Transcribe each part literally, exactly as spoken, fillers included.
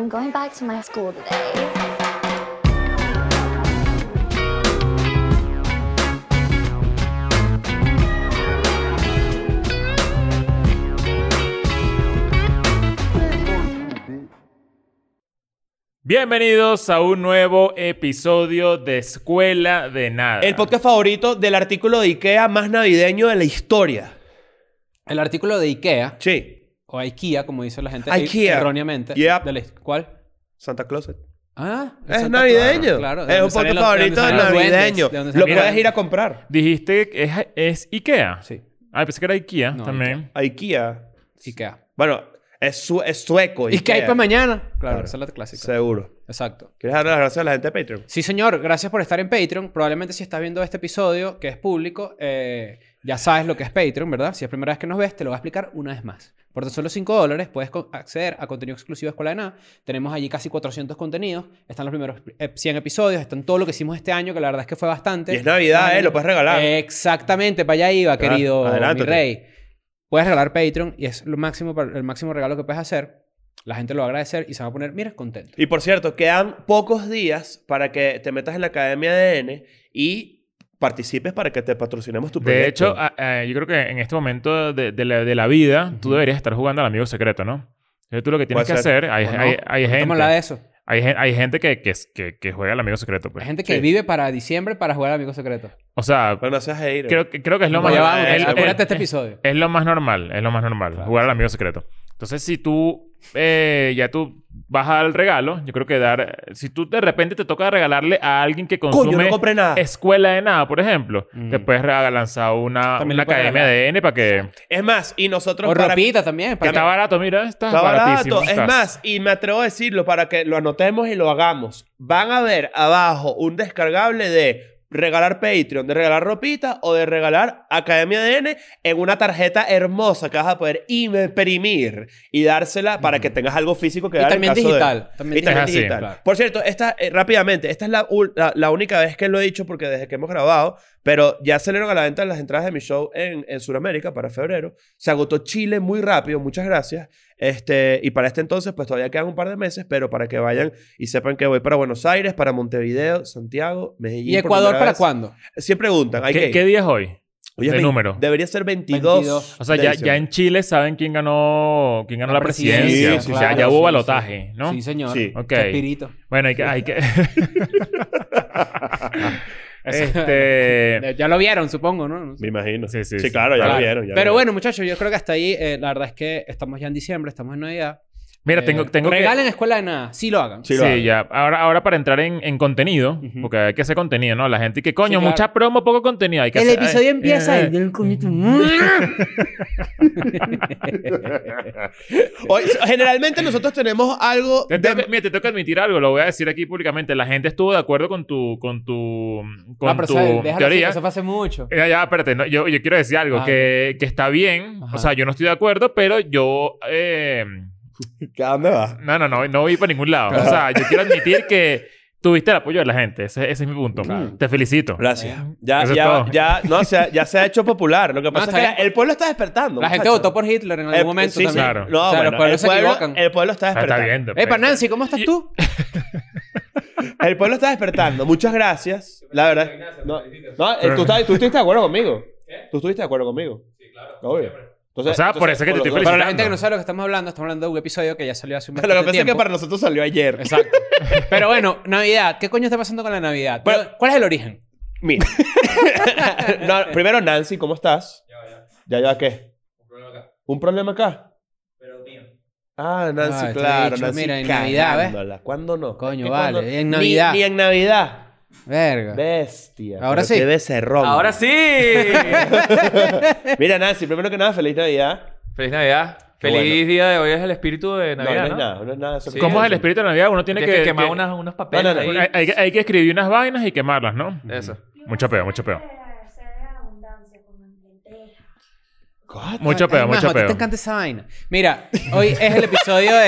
I'm going back to my school today. Bienvenidos a un nuevo episodio de Escuela de Nada. El podcast favorito del artículo de IKEA más navideño de la historia. El artículo de IKEA, Sí. o IKEA, como dice la gente IKEA. erróneamente. Yep. de la- ¿Cuál? Santa Closet. Ah, Es Santa navideño. Claus, claro. Es ¿De un dónde salen podcast los- de favorito dónde salen los navideño. duendes? ¿De dónde Lo salen- puedes ir a comprar. Dijiste que es, es IKEA. Sí, Ah, pensé que era IKEA No, también. A IKEA. IKEA. Bueno, es, su- es sueco. ¿Y qué hay para mañana? Claro, Claro. esa es la clásica. Seguro. Exacto. ¿Quieres darle las gracias a la gente de Patreon? Sí, señor. Gracias por estar en Patreon. Probablemente si estás viendo este episodio, que es público, eh, ya sabes lo que es Patreon, ¿verdad? Si es la primera vez que nos ves, te lo voy a explicar una vez más. Por tan solo cinco dólares puedes co- acceder a contenido exclusivo de Escuela de Nada. Tenemos allí casi cuatrocientos contenidos. Están los primeros eh, cien episodios. Están todo lo que hicimos este año, que la verdad es que fue bastante. Y es Navidad, ¿eh? Lo puedes regalar. Exactamente. Para allá iba, Claro, querido mi adelántate. rey. Puedes regalar Patreon y es lo máximo, el máximo regalo que puedes hacer. La gente lo va a agradecer y se va a poner, mira, contento. Y por cierto, quedan pocos días para que te metas en la Academia de N y participes para que te patrocinemos tu proyecto. De hecho, a- a- yo creo que en este momento de, de la, de la vida, tú deberías estar jugando al amigo secreto, ¿no? Entonces tú lo que tienes que Puede ser. hacer, hay, ¿O no? hay, hay Estamos gente, hablando de eso. hay, gen- hay gente que, que, que, que juega al amigo secreto, pues. Hay gente que Sí. vive para diciembre para jugar al Amigo Secreto. O sea, Pero no seas hater. creo, que- creo que es lo Nos más... llevamos, es- es- acuérdate de este episodio. Es lo más normal, es lo más normal, Claro, jugar al sí. amigo secreto. Entonces, si tú eh, ya tú vas al regalo, yo creo que dar... Si tú de repente te toca regalarle a alguien que Coño, consume no compré nada. Escuela de Nada, por ejemplo, Mm. te puedes rega- lanzar una, También una le puedes academia regalar. de N para que... Es más, y nosotros O para... ropita también. Que Para está que- barato, mira, está, Está baratísimo. barato. Es estás. más, y me atrevo a decirlo para que lo anotemos y lo hagamos. Van a ver abajo un descargable de regalar Patreon, de regalar ropita o de regalar Academia de N en una tarjeta hermosa que vas a poder imprimir y dársela para que tengas algo físico que Y dar en también caso de- digital. También y también Es así, digital. claro. Por cierto, esta, eh, rápidamente, esta es la, ul- la, la única vez que lo he dicho porque desde que hemos grabado, pero ya salieron a la venta las entradas de mi show en, en Sudamérica para febrero. Se agotó Chile muy rápido, muchas gracias. Este, y para este entonces, pues todavía quedan un par de meses, pero para que vayan y sepan que voy para Buenos Aires, para Montevideo, Santiago, Medellín. ¿Y por Ecuador primera para vez. cuándo? Sí preguntan. Hay que ¿Qué, ir. ¿Qué día es hoy? Hoy es de veinte número? Debería ser veintidós. veintidós. O sea, de ya, diciembre. ya en Chile saben quién ganó, quién ganó la, La presidencia. presidencia, o sea, claro, ya hubo sí, balotaje, sí. ¿no? Sí, señor. Sí. Ok. Qué espíritu. Bueno, hay que... Hay que... Eso- este... Ya lo vieron, supongo, ¿no? Me imagino. Sí, sí, Sí, sí. claro, ya Claro. lo vieron. ya lo Pero vieron. bueno, muchachos, yo creo que hasta ahí, eh, la verdad es que estamos ya en diciembre, estamos en Navidad. Mira, Eh, tengo, tengo que... regalen Escuela de Nada. Sí lo hagan. Sí, Sí, lo hago. ya. Ahora, ahora para entrar en, en contenido, Ujú. porque hay que hacer contenido, ¿no? La gente que, coño, Sí, claro. mucha promo, poco contenido. Hay que El hacer- episodio eh, empieza eh, y el coñito. Hoy, generalmente nosotros tenemos algo... Te de- tengo que- mira, te tengo que admitir algo, lo voy a decir aquí públicamente. La gente estuvo de acuerdo con tu, con tu, con Ah, pero tu eso, déjalo así, teoría. eso fue hace mucho. Ya, ya, espérate. no, yo, yo quiero decir algo, Ah, que, que está bien. Ajá. O sea, yo no estoy de acuerdo, pero yo... eh, ¿A dónde vas? no, no, no. No voy para ningún lado. O sea, yo quiero admitir que tuviste el apoyo de la gente. Ese, ese es mi punto. Claro. Te felicito. Gracias. Ya, Eso es ya, todo. ya, no, se ha- ya se ha hecho popular. Lo que pasa está es bien. que el pueblo está despertando. La gente muchachos. votó por Hitler en algún El- momento sí, sí. también. Claro. No, O sea, bueno, los pueblos el se pueblo, equivocan. el pueblo está Está, despertando. está bien. Epa, Nancy, ¿cómo estás tú? El pueblo está despertando. Muchas gracias. La verdad. No, no eh, tú, estás- tú estuviste de acuerdo conmigo. Tú estuviste de acuerdo conmigo. Sí, claro. Obvio. Entonces, O sea, por eso es que te por estoy los dos. Para la felicitando. gente que no sabe lo que estamos hablando, estamos hablando de un episodio que ya salió hace un Lo que bastante pasa es que tiempo. para nosotros salió ayer. Exacto. Pero bueno, Navidad. ¿Qué coño está pasando con la Navidad? Pero- ¿Cuál es el origen? Mira. No, primero, Nancy, ¿cómo estás? Ya, ya. ¿Ya, qué? Un problema acá. ¿Un problema acá? Pero mío. Ah, Nancy, Ah, te he claro. dicho, Nancy mira, en Navidad, ¿ves? cagándola. ¿Cuándo no? Coño, Es que vale, cuando- en Ni- Navidad. Ni, en Navidad. Verga. Bestia. Ahora pero sí. Qué becerrón. ¡Ahora sí! Mira, Nancy, primero que nada, feliz Navidad. ¡Feliz Navidad! Qué ¡Feliz bueno. día de hoy! Es el espíritu de No, Navidad, no, ¿no? es nada, no es nada. Eso Sí. ¿Cómo es el espíritu de Navidad? Uno tiene Tienes que... que, quemar que- unas- unos papeles No, no, no. ahí. Hay, hay que- hay que escribir unas vainas y quemarlas, ¿no? Eso. Mucho peor, mucho peor. abundancia con lentejas. What? Mucho Ay, peor, majo, mucho a ti peor. te encanta esa vaina. Mira, hoy es el episodio del...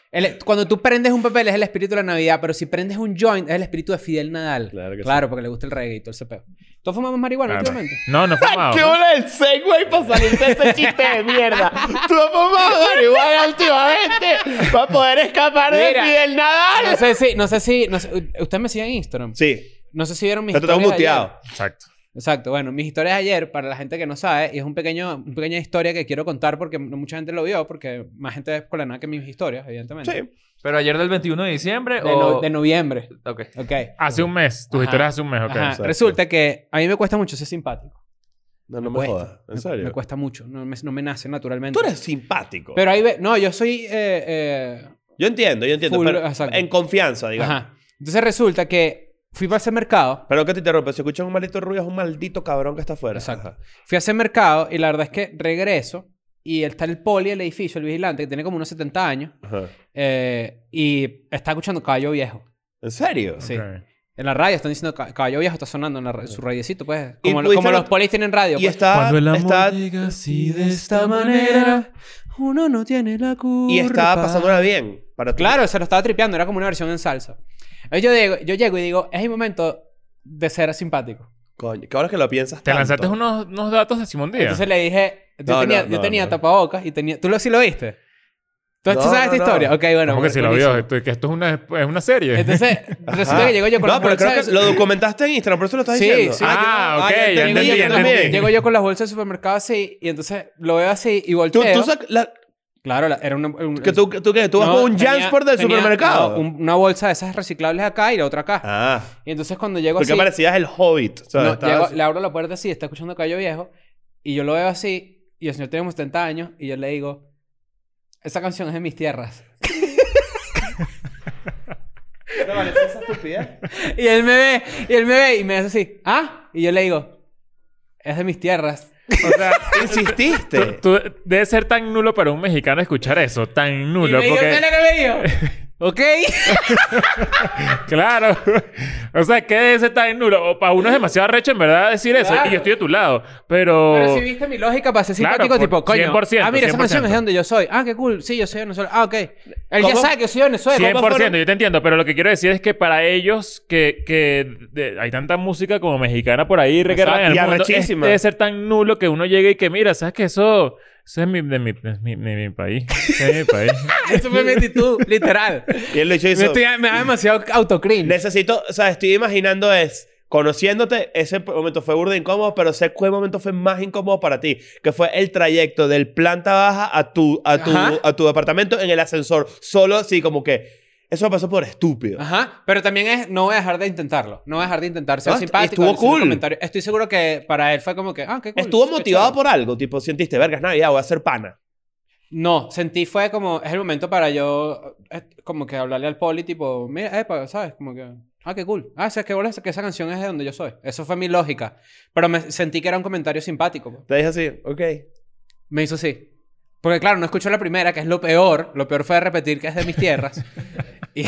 El- cuando tú prendes un papel es el espíritu de la Navidad, pero si prendes un joint es el espíritu de Fidel Nadal. Claro que Claro, porque le gusta el reggae y todo ese pedo. ¿Tú fumamos marihuana Claro. últimamente? No, no he fumado. ¡Qué ¿no? bola el segue para salirse de ese chiste de mierda! ¡Tú has fumado marihuana últimamente para poder escapar de Mira. Fidel Nadal! No sé si, no sé si, no sé, usted me sigue en Instagram. Sí, No sé si vieron mis pero te tengo historias de ayer. muteado. Exacto. Exacto. Bueno, mis historias de ayer, para la gente que no sabe, y es un pequeño, una pequeña historia que quiero contar porque no mucha gente lo vio, porque más gente es con la nada que mis historias, evidentemente. Sí. Pero ayer del veintiuno de diciembre De, o... no- de noviembre. Ok. Ok. Hace un mes. Tus Ajá. historias hace un mes, ok. Ajá. exacto. Resulta que a mí me cuesta mucho ser simpático. No, no me Cuesta. jodas. ¿En Me- serio? Me cuesta mucho. No me, no me nace naturalmente. Tú eres simpático. Pero ahí ve... No, yo soy... eh, eh, Yo entiendo, yo entiendo. Full, pero exacto. en confianza, digamos. Ajá. Entonces resulta que fui para ese mercado. Pero que te interrumpe. Si escuchas un maldito ruido, es un maldito cabrón que está afuera. Exacto. Ajá. Fui a ese mercado y la verdad es que regreso y está el poli, el edificio, el vigilante, que tiene como unos setenta años. Ajá. eh, y está escuchando Caballo Viejo. ¿En serio? Sí. Ok. En la radio están diciendo Ca- Caballo Viejo está sonando en la ra- su radiecito, pues. ¿Y Como, pudiste como no- los polis tienen radio. Y pues. está... está llega así de esta manera, uno no tiene la culpa. y estaba pasándola bien. Para ti. Claro, se lo estaba tripeando, era como una versión en salsa. Entonces yo, digo, yo llego y digo, es el momento de ser simpático. Coño, que ahora que lo piensas Te tanto. lanzaste unos, unos datos de Simón Díaz. Entonces le dije, yo No, tenía, no, yo no, tenía no. tapabocas y tenía... ¿Tú lo, sí lo viste? ¿Tú, tú No, sabes no, esta no. historia? Ok, bueno. ¿Cómo que si lo buenísimo. vio? Esto- que esto es una, es una serie. Entonces, resulta que llego yo con No, las pero creo bolsas... que lo documentaste en Instagram, por eso lo estás Sí, diciendo. sí. Ah, ok, ya entendí, Llego entendí, yo, ya con las- entendí. llego yo con las bolsas del supermercado así y entonces lo veo así y Tú, volteo. tú, sac- la- Claro, la- era una... un- que tú, que tú, ¿qué? ¿Tú vas no, con un tenía- Jansport del tenía, supermercado? no, un- una bolsa de esas reciclables acá y la otra acá. Ah. Y entonces cuando llego Porque así... parecías el Hobbit. ¿sabes? No, Estabas- llego- le abro la puerta así, está escuchando Caballo Viejo y yo lo veo así y el señor tiene como setenta años y yo le digo, esa canción es de mis tierras. ¿Te pareció esa estupidez? Y él me ve, y él me ve y me hace así, ¿ah? Y yo le digo, es de mis tierras. O sea, Insististe. tú, tú- debe ser tan nulo para un mexicano escuchar eso. Tan Y nulo. me dijo, Porque... ¿qué es lo que me dijo? ¿Ok? Claro. O sea, que debe ser tan nulo. O para uno es demasiado arrecho en verdad decir eso. Claro. Y yo estoy de tu lado. Pero... Pero si viste mi lógica para ser Claro, simpático, por- tipo, coño. cien por ciento, ah, mira, esa cien por ciento. canción es de donde yo soy. Ah, qué cool. Sí, yo soy de Venezuela. Ah, ok. Él ya ¿Cómo? sabe que yo soy de Venezuela. cien ¿Cómo por ciento, fueron? yo te entiendo, pero lo que quiero decir es que para ellos que, que de- hay tanta música como mexicana por ahí reguerada en el y mundo, es- arrechísima. debe ser tan nulo que uno llegue y que mira, ¿sabes qué? Eso, eso es mi, de, mi, de, mi, de mi país. Eso es mi país. Eso fue mi actitud, literal. Y él lo hizo. Me, estoy, me da demasiado autocringe. Necesito, o sea, estoy imaginando es, conociéndote, ese momento fue burda incómodo, pero sé cuál momento fue más incómodo para ti, que fue el trayecto del planta baja a tu, a tu, Ajá. a tu departamento en el ascensor. Solo así como que, eso me pasó por estúpido. Ajá, pero también es, no voy a dejar de intentarlo. No voy a dejar de intentar ser Ah, simpático. estuvo haciendo cool. comentarios. Estoy seguro que para él fue como que, ah, qué cool. Estuvo qué motivado chévere. por algo, tipo, sentiste, vergas, Navidad, voy a hacer pana. No, sentí fue como, es el momento para yo, eh, como que hablarle al poli, tipo, mira, epa, ¿sabes? Como que, ah, qué cool. Ah, ¿sabes qué bola? Que esa canción es de donde yo soy. Eso fue mi lógica. Pero me sentí que era un comentario simpático. pues. Te dije así, ok. Me hizo así. Porque claro, no escuchó la primera, que es lo peor. Lo peor fue repetir que es de mis tierras. y...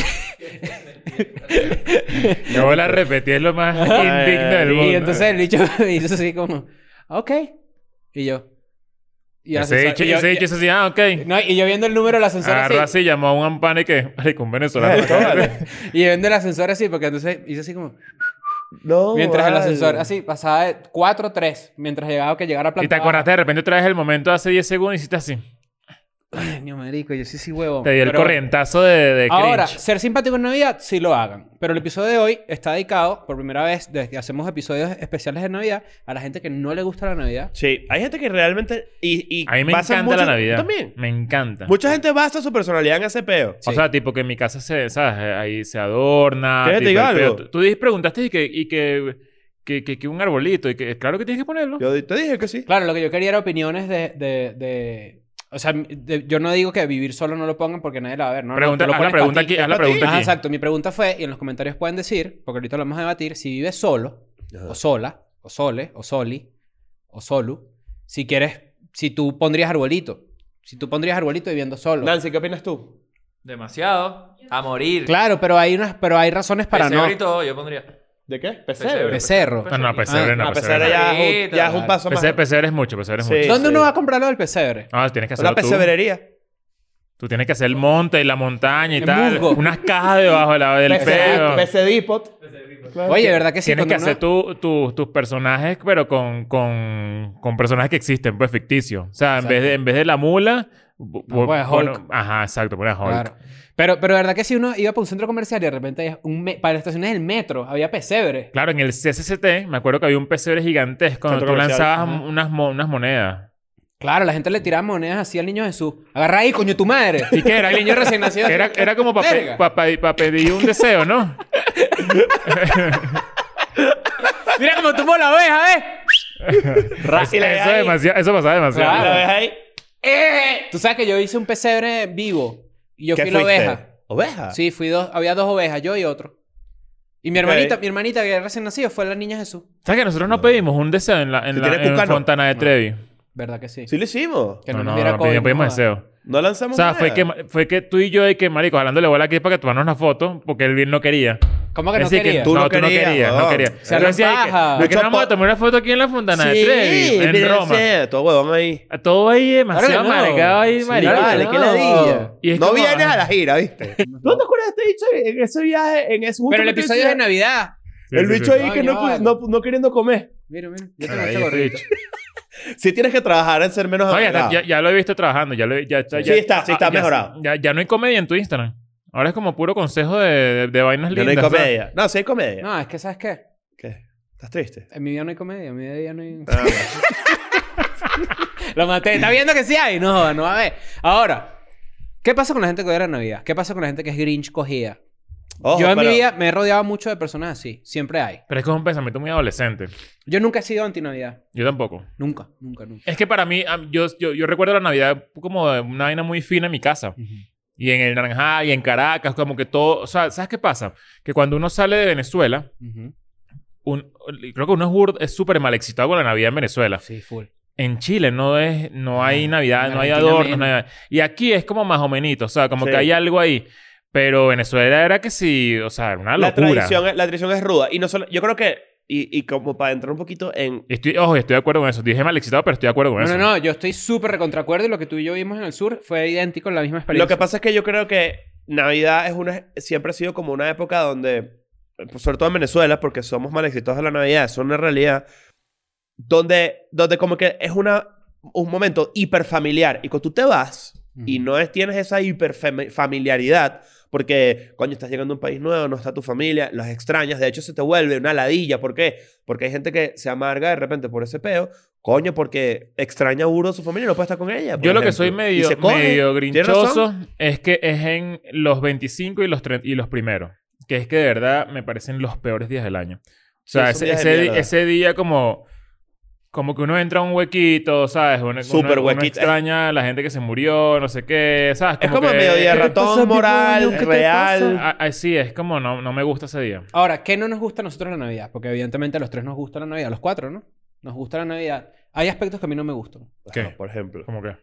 Yo la repetí, es lo más indigno del mundo. Y entonces el bicho me hizo así como, ok. Y yo. Y el Ese ascensor- dicho, y yo- ese dicho, ese así, ah, ok. no, y yo viendo el número del ascensor así. Agarró así, llamó a un ampane que... Marico, un venezolano. Esto, vale. Y yo viendo el ascensor así, porque entonces hice así como... No, mientras el vale. ascensor así pasaba de cuatro a tres. Mientras llegaba que llegara a planta Y te baja. acordaste de repente otra vez el momento de hace diez segundos y hiciste así. Ay, Dios marico, yo sí sí huevo. Te dio el Pero corrientazo de, de cringe. ahora, ser simpático en Navidad, sí lo hagan. Pero el episodio de hoy está dedicado, por primera vez, desde que hacemos episodios especiales de Navidad, a la gente que no le gusta la Navidad. Sí, hay gente que realmente... Y, y A mí me basa encanta mucho- la Navidad. ¿Tú también? Me encanta. Mucha gente basa su personalidad en ese peo. O Sí. sea, tipo que en mi casa se, ¿sabes? Ahí se adorna. ¿Quieres que te tipo, diga el algo? peo. Tú, tú dijiste- preguntaste y que, y que, que, que, que un arbolito. Y que claro que tienes que ponerlo. Yo te dije que sí. Claro, lo que yo quería era opiniones de... de, de- o sea, de- yo no digo que vivir solo no lo pongan porque nadie la va a ver. No, Pregunta, no, tú lo haz la pones pregunta pa' ti. aquí. Haz la pa' ti. pregunta Ajá, aquí. exacto. Mi pregunta fue, y en los comentarios pueden decir, porque ahorita lo vamos a debatir, si vives solo, o sola, o sole, o soli, o solu, si quieres, si tú pondrías arbolito. Si tú pondrías arbolito viviendo solo. Nancy, ¿qué opinas tú? Demasiado. A morir. Claro, pero hay unas, pero hay razones para no. Pesebre y todo, yo pondría. ¿De qué? Pesebre. Becerro. No, no, pesebre Ah, no. No, pesebre pesebre no. ya, es un, ya es un Claro. paso más. Pese- pesebre es mucho, pesebre es Sí. mucho. ¿Dónde sí. uno va a comprar lo del pesebre? No, tienes que hacerlo Una tú. pesebrería. Tú tienes que hacer el monte y la montaña y El tal. musgo. Unas cajas debajo de la- del P C peo. P C Depot. Oye, ¿verdad que sí? Tienes que Cuando hacer uno- tu- tu- tus personajes, pero con, con, con personajes que existen, pues ficticios. O sea, en vez, de, en vez de la mula... bu- bu- pues, pon- Hulk. ajá, exacto, pones Hulk. Claro. Pero, pero ¿verdad que si uno iba para un centro comercial y de repente había un me- para las estaciones del metro había pesebre? Claro, en el C C C T me acuerdo que había un pesebre gigantesco donde Centro tú comercial. lanzabas Ajá. unas, mo- unas monedas. Claro, la gente le tiraba monedas así al niño Jesús. Agarra ahí, coño, tu madre. ¿Y qué era? El niño recién nacido. Era, era como para Verga. pedir un deseo, ¿no? Mira cómo tumbó la oveja, ¿eh? Eso, Y la eso, ahí. demasiado, eso pasaba demasiado. Claro. ¿La ves ahí? Tú sabes que yo hice un pesebre vivo. Y yo ¿Qué fui la fuiste? oveja. ¿Oveja? Sí, fui dos. Había dos ovejas, yo y otro. Y mi Ok. hermanita, mi hermanita que era recién nacido fue la niña Jesús. ¿Sabes que nosotros no pedimos un deseo en la, en Si la tiene en cucano. Fontana de Trevi? ¿Verdad que sí? Sí lo hicimos. Que No, no, no, nos diera no, COVID. pedimos, pedimos no jodas. deseo. No lanzamos O sea, nada. fue que, fue que tú y yo y que, marico, jalándole bola aquí para que tomarnos una foto porque él bien no quería. ¿Cómo que no Así quería? Tú no, no tú no querías, querías, no huevón. querías. Se Yo decía, paja. ¿por qué no Mucho vamos a po- tomar una foto aquí en la Fontana de Sí, Trevi? En mira Roma. ese, todo huevón ahí. Todo ahí demasiado Claro que no. amargado ahí, Sí, marico. claro que Dale, no. qué ladilla. Y es No como- vienes a la gira, ¿viste? ¿No te acuerdas de este bicho en ese viaje? En ese, justo Pero el que te episodio es de decía? Navidad. Sí, El sí, bicho sí. ahí que Coño, no, vale. no, no queriendo comer. Mira, mira. Yo tengo Ahí, este este gorrito. bicho. Sí tienes que trabajar en ser menos No, ya, está- amargado. ya, ya lo he visto trabajando. Ya lo, he- ya, ya, Sí está, sí está ya- mejorado. Ya, ya no hay comedia en tu Instagram. Ahora es como puro consejo de, de, de vainas Ya no hay lindas. ¿sabes? comedia. No, sí hay comedia. No, es que ¿sabes qué? ¿Qué? ¿Estás triste? En mi vida no hay comedia. En mi vida no hay... Ah, bueno. Lo maté. ¿Está viendo que sí hay? No, joda, no va a ver. Ahora, ¿qué pasa con la gente que odia la Navidad? ¿Qué pasa con la gente que es Grinch cogida? Ojo, Yo en pero- mi vida me he rodeado mucho de personas así. Siempre hay. Pero es que es un pensamiento muy adolescente. Yo nunca he sido anti-Navidad. Yo tampoco. Nunca, nunca, nunca. Es que para mí, am- yo, yo, yo recuerdo la Navidad como una vaina muy fina en mi casa. Y en el Naranjal y en Caracas, como que todo... O sea, ¿sabes qué pasa? Que cuando uno sale de Venezuela, Ujú. un- creo que uno es bur- es súper mal excitado con la Navidad en Venezuela. Sí, full. En Chile no es... No hay Ah, Navidad, en no hay Argentina adornos, menos. nada. Y aquí es como más o menos. O sea, como Sí. que hay algo ahí. Pero Venezuela era que sí... O sea, era una La locura. tradición, la tradición es ruda. Y no solo... Yo creo que... Y, y como para entrar un poquito en... Estoy, ojo, estoy de acuerdo con eso. Dije mal excitado, pero estoy de acuerdo con No, eso. no, no. Yo estoy súper recontracuerdo y lo que tú y yo vimos en el sur fue idéntico en la misma experiencia. Lo que pasa es que yo creo que Navidad es una... Siempre ha sido como una época donde... Sobre todo en Venezuela, porque somos mal excitados de la Navidad. Es una realidad. Donde, donde como que es una, un momento hiperfamiliar. Y cuando tú te vas... Y no es, tienes esa hiperfamiliaridad porque, coño, estás llegando a un país nuevo, no está tu familia, los extrañas. De hecho, se te vuelve una ladilla. ¿Por qué? Porque hay gente que se amarga de repente por ese peo. Coño, porque extraña burdo a su familia y no puede estar con ella. por Yo lo que ejemplo. soy Y medio, se coge. medio ¿Tienes razón? grinchoso es que es en los veinticinco y los, tre- y los primeros. Que es que de verdad me parecen los peores días del año. O sea, Sí, son ese, días de ese, di- mierda. ese día como... Como que uno entra a un huequito, ¿sabes? Uno, Súper uno- uno huequito. extraña a la gente que se murió, no sé qué, ¿sabes? Es como que- medio día ¿Qué ratón pasa, moral, Pipo? ¿Qué te real. pasa? Ah, ah, sí, es como no, no me gusta ese día. Ahora, ¿qué no nos gusta a nosotros la Navidad? Porque evidentemente a los tres nos gusta la Navidad. A los cuatro, ¿no? Nos gusta la Navidad. Hay aspectos que a mí no me gustan. ¿Qué? Ajá, por ejemplo. ¿Cómo que?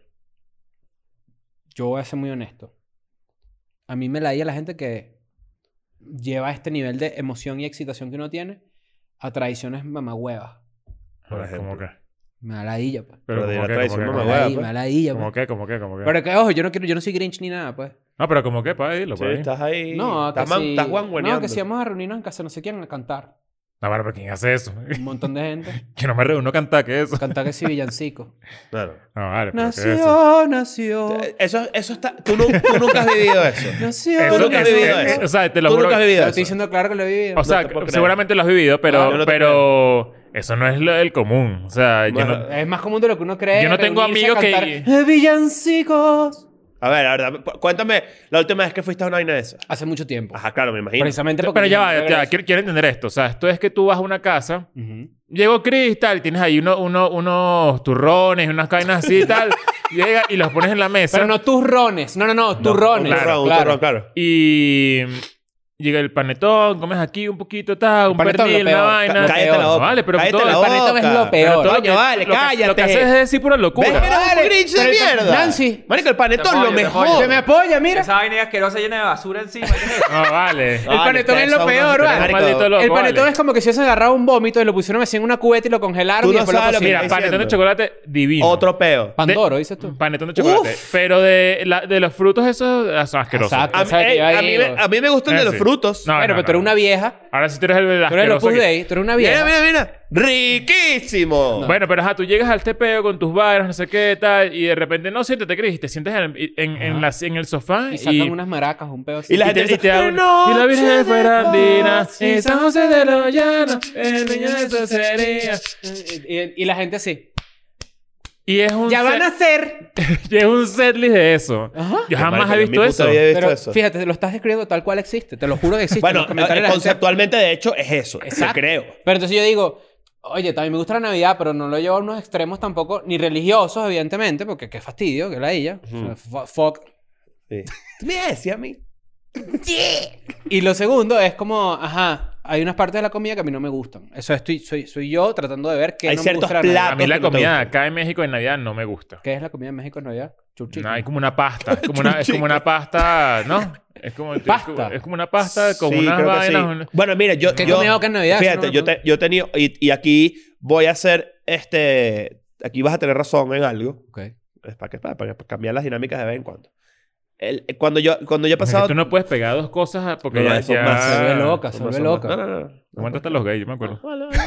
Yo voy a ser muy honesto. A mí me la la gente que lleva este nivel de emoción y excitación que uno tiene a tradiciones mamagüevas. Por Ah, ¿Cómo ejemplo. que? Me da ladilla, pues. Pero Pero de ¿cómo la qué? tradición ¿Cómo Me qué? da mamagüeva, ladilla, pues. me da ladilla, ¿Cómo pues. qué? ¿Cómo qué? ¿Cómo qué? Pero que, ojo, yo no, quiero, yo no soy Grinch ni nada, pues. No, pero ¿cómo qué? Para dilo, Sí, por ahí. estás ahí. No, que estás, man- si... estás No, guanguaneando. que si vamos a reunirnos en casa no sé quién a cantar. No, pero ¿quién hace eso? Un montón de gente. Que no me reúno a cantar, ¿qué es eso? Cantar que si villancico. Claro. No, vale, pero ¿qué es eso? Nació, nació. Eh, Eso, eso está... Tú, nu- tú nunca has vivido eso. Nació. Tú Eso- nunca has eso- vivido eh, eso. O sea, te lo Tú juro. nunca has que- vivido Te eso. estoy diciendo claro que lo he vivido. O sea, te puedo creer. seguramente lo has vivido, pero, Ah, yo no te pero eso no es lo del común. O sea, yo Bueno, no... Es más común de lo que uno cree. Yo no tengo reunirse a amigos que- cantar, "Eh, villancicos. A ver, a ver, cu- cuéntame la última vez que fuiste a una vaina de esa. Hace mucho tiempo. Ajá, claro, me imagino. Precisamente porque... Pero ya va, ya, regreso. quiero, quiero entender esto. O sea, esto es que tú vas a una casa, Ujú. llegó Cristal, tienes ahí uno, uno, unos turrones, unas vainas así y tal, llega y los pones en la mesa. Pero no turrones. No, no, no. Turrones. Un turrón, un claro. turrón, claro. Y, llega el panetón, comes aquí un poquito, tal, un panetón pernil, lo una peor. vaina. Ca- cállate peor. la boca. Vale, pero cállate todo- la el boca. panetón es lo peor. Pero todo Coño, lo que- vale, lo que- cállate. Lo que haces es decir pura locura. ¿Ves que eres Vale, un grinch de pero- mierda? Nancy. Marico, el panetón Te lo apoyo, te mejor. apoyo. Se me apoya, mira. Esa vaina asquerosa llena de basura encima. ¿qué es eso? No, vale. El panetón ustedes es lo son peor, unos- vale. Marico, Maldito loco, El panetón vale. es como que si hubiesen agarrado un vómito y lo pusieron así en una cubeta y lo congelaron Tú y no después lo sabes lo que- cocinaron. Mira, panetón de diciendo. chocolate divino. Otro peo. Pandoro, dices tú. Panetón de chocolate. Uf. Pero de, la, de los frutos esos ah, son asquerosos. Exacto. A mí, ¿Sabes qué ey, iba a a mí decir? me, a mí me gustan de los Ese. frutos. No, Bueno, no, pero tú eres no. una vieja. Ahora sí tú eres el Tú eres el asqueroso Opus aquí. Dei. Tú eres una Mira, vieja. mira, mira. ¡Riquísimo! Bueno, pero ajá, tú llegas al tepeo con tus vainas, no sé qué, tal, y de repente, no, siéntate, Cris, y te sientes en, en, en, la- en el sofá Y y... sacan unas maracas, un pedo así. Y la y gente te, y dice, te da "De un- noche y la Virgen fuera andina, de y San José de los Llanos, el niño de su sería. Y, y la gente así. Y es un ¡Ya van set, a hacer! y es un setlist de eso. Ajá. Yo jamás Marico, he yo en mi visto puta eso. vida he visto Pero eso. fíjate, lo estás describiendo tal cual existe. Te lo juro que existe. Bueno, Los comentarios eh, de la gente- conceptualmente, de hecho, es eso. Exacto. Yo creo. Pero entonces yo digo, oye, también me gusta la Navidad, pero no lo llevo a unos extremos tampoco, ni religiosos, evidentemente, porque qué fastidio, que la ella. Ujú. Fuck. Sí. Tú me decías a mí. Y lo segundo es como, ajá, hay unas partes de la comida que a mí no me gustan. Eso estoy, soy, soy yo tratando de ver qué Hay no me ciertos gusta de la Navidad. A mí la que no te comida gustan. acá en México en Navidad no me gusta. ¿Qué es la comida en México en Navidad? Churchico. No, hay como una pasta. Es como una, es como una pasta, ¿no? Es como, es ¿Pasta? como- es como una pasta con Sí, unas creo que vainas. sí. un- Bueno, mira, yo... ¿Qué yo comida acá en Navidad? Fíjate, Eso no- yo, te, yo he tenido... Y, y aquí voy a hacer este... Aquí vas a tener razón en algo. Ok. Es para, que, para, para cambiar las dinámicas de vez en cuando. El- cuando, yo, cuando yo he Es que pasado... tú no puedes pegar dos cosas porque No, no, ya... eso ya- más. Se vuelve loca, se No, vuelve no, loca. No, no, no. ¿Cómo mataste a los gays? Yo me acuerdo. Vale, vale.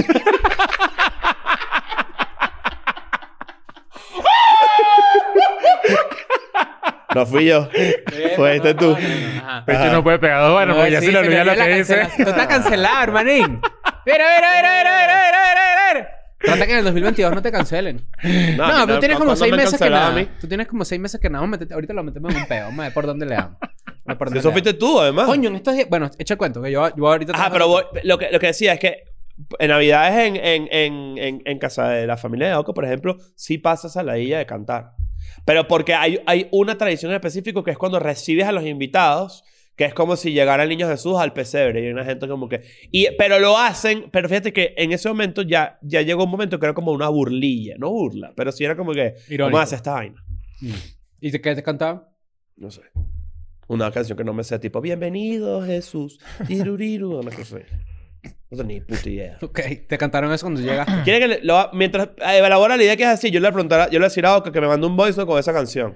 No fui yo. Fuiste tú. Ajá. Pecho Ajá. no puede pegar dos vainas porque ya sí, se le se olvida lo olvidó que la dice. cancelación. Tú estás cancelado, hermanín. Mira, mira, mira, mira, mira, mira, mira. Trata que en el dos mil veintidós no te cancelen. No, a mí tú tienes como ¿cuándo seis me meses que cancelaron nada. a mí? Tú tienes como seis meses que nada. Vamos a meterte- ahorita lo metemos en un peo. Vamos a ver por dónde le damos. Vamos a ver por dónde Eso le fuiste damos. tú, además. Coño, en estos días... Bueno, echa el cuento. Que yo, yo ahorita... Ajá, pero voy- lo, que, lo que decía es que en Navidades en, en, en, en, en casa de la familia de Oco, por ejemplo, sí pasa esa ladilla de cantar. Pero porque hay, hay una tradición en específico que es cuando recibes a los invitados, que es como si llegara el niño Jesús al pesebre. Y hay una gente como que... Y, pero lo hacen... Pero fíjate que en ese momento ya, ya llegó un momento que era como una burlilla. No burla, pero sí era como que... Irónico. ¿Cómo hace esta vaina? ¿Y de qué te cantaban? No sé. Una canción que no me sé, tipo... Bienvenido Jesús. Tiruriru. Una cosa así. No tengo ni puta idea. Ok. Te cantaron eso cuando llegaste. ¿Quiere que le- lo, mientras eh, elabora la idea que es así, yo le preguntará, yo le deciré a Oca que me mande un voice note con esa canción.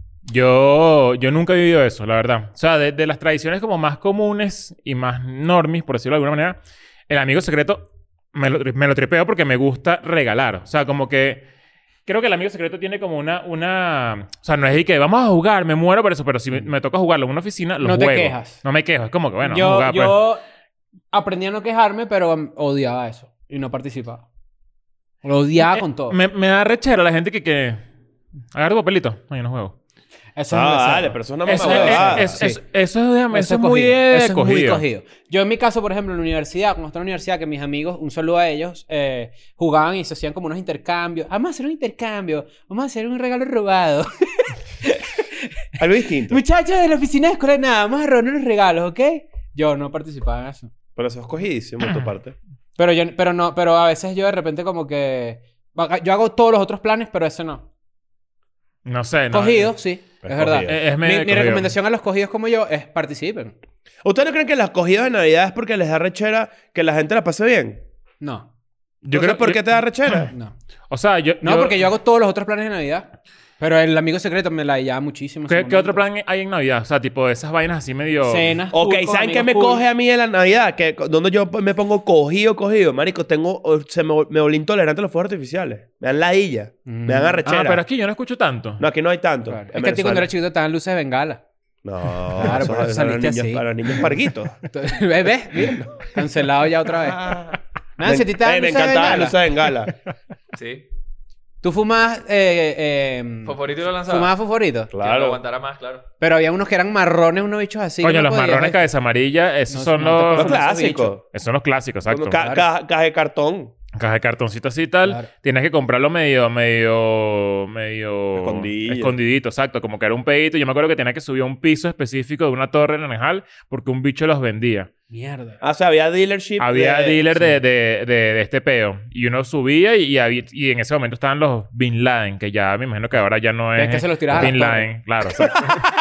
Yo, yo nunca he vivido eso, la verdad. O sea, de, de las tradiciones como más comunes y más normis, por decirlo de alguna manera, el amigo secreto me lo, me lo tripeo porque me gusta regalar. O sea, como que... Creo que el amigo secreto tiene como una... una o sea, no es de que vamos a jugar, me muero por eso, pero si me, me toca jugarlo en una oficina, lo No te juego. quejas. No me quejo. Es como que, bueno, vamos a yo jugar, pues. yo aprendí a no quejarme, pero um, odiaba eso. Y no participaba. Lo odiaba Eh, con todo. Me, me da rechera la gente que... que... Agarra tu papelito. No, yo no juego. Eso es Ah, un deseo. dale, pero eso es una Eso, mamá es, sí. es- es- eso es, déjame, eso Eso es muy cogido. de Eso es muy cogido. cogido. Yo en mi caso, por ejemplo, en la universidad, cuando estaba en la universidad, que mis amigos, un saludo a ellos, eh, jugaban y se hacían como unos intercambios. Vamos a hacer un intercambio. Vamos a hacer un regalo robado. Algo distinto. Muchachos de la oficina de escuela de nada, vamos a robarnos los regalos, ¿ok? Yo no participaba en eso. Pero eso es cogidísimo de tu parte. Pero yo, pero no, pero a veces yo de repente como que... Yo hago todos los otros planes, pero ese no. No sé. No, Cogidos, sí. Es Es, verdad. cogido. Es, es Mi, medio mi cogido. recomendación a los cogidos como yo es participen. ¿Ustedes no creen que las cogidas de Navidad es porque les da rechera que la gente la pase bien? No. Yo ¿No creo sé por yo- qué te da rechera? No. O sea, yo... No, porque yo hago todos los otros planes de Navidad. Pero el amigo secreto me la llama muchísimo. en ¿Qué, ese qué otro momento. plan hay en Navidad? O sea, tipo esas vainas así medio... Cenas. Ok, cool con ¿saben qué amigos me cool. coge a mí en la Navidad? Que donde yo me pongo cogido, cogido. Marico, tengo... Se me, me volví intolerante a los fuegos artificiales. Me dan ladilla. Mm. Me dan arrechera. Ah, pero aquí yo no escucho tanto. No, aquí no hay tanto. Claro. en Es que a ti cuando Venezuela. eras chiquito te dan luces de bengala. No, Claro, eso por eso es para saliste niños, así. para niños parguitos. ¿Ves? ¿Ves? Mira. Cancelado ya otra vez. Nancy, ¿a ti te dan Eh, me luces de encantaba bengala? luces de bengala. Sí. ¿Tú fumas eh, eh, Favorito lo lanzaba. ¿Fumabas fosforito? Que lo Claro. aguantara más, claro. Pero había unos que eran marrones, unos bichos así. que Coño, no los podías, marrones ¿eh? cabeza amarilla, esos No, son no te los... Los Esos clásicos. Esos son los clásicos, exacto. Ca- ca- Caja de cartón. caja de cartoncito así y tal. Claro. Tienes que comprarlo medio, medio, medio... Escondidillo. Escondidito, exacto. Como que era un pedito. Yo me acuerdo que tenía que subir a un piso específico de una torre en Naranjal porque un bicho los vendía. Mierda. Ah, o sea, había dealership. Había de- dealer sí. de, de, de, de este peo. Y uno subía y, y, había- y en ese momento estaban los Bin Laden, que ya me imagino que ahora ya no es... Es que se los tirabas a Bin la torre. Laden, claro. exacto.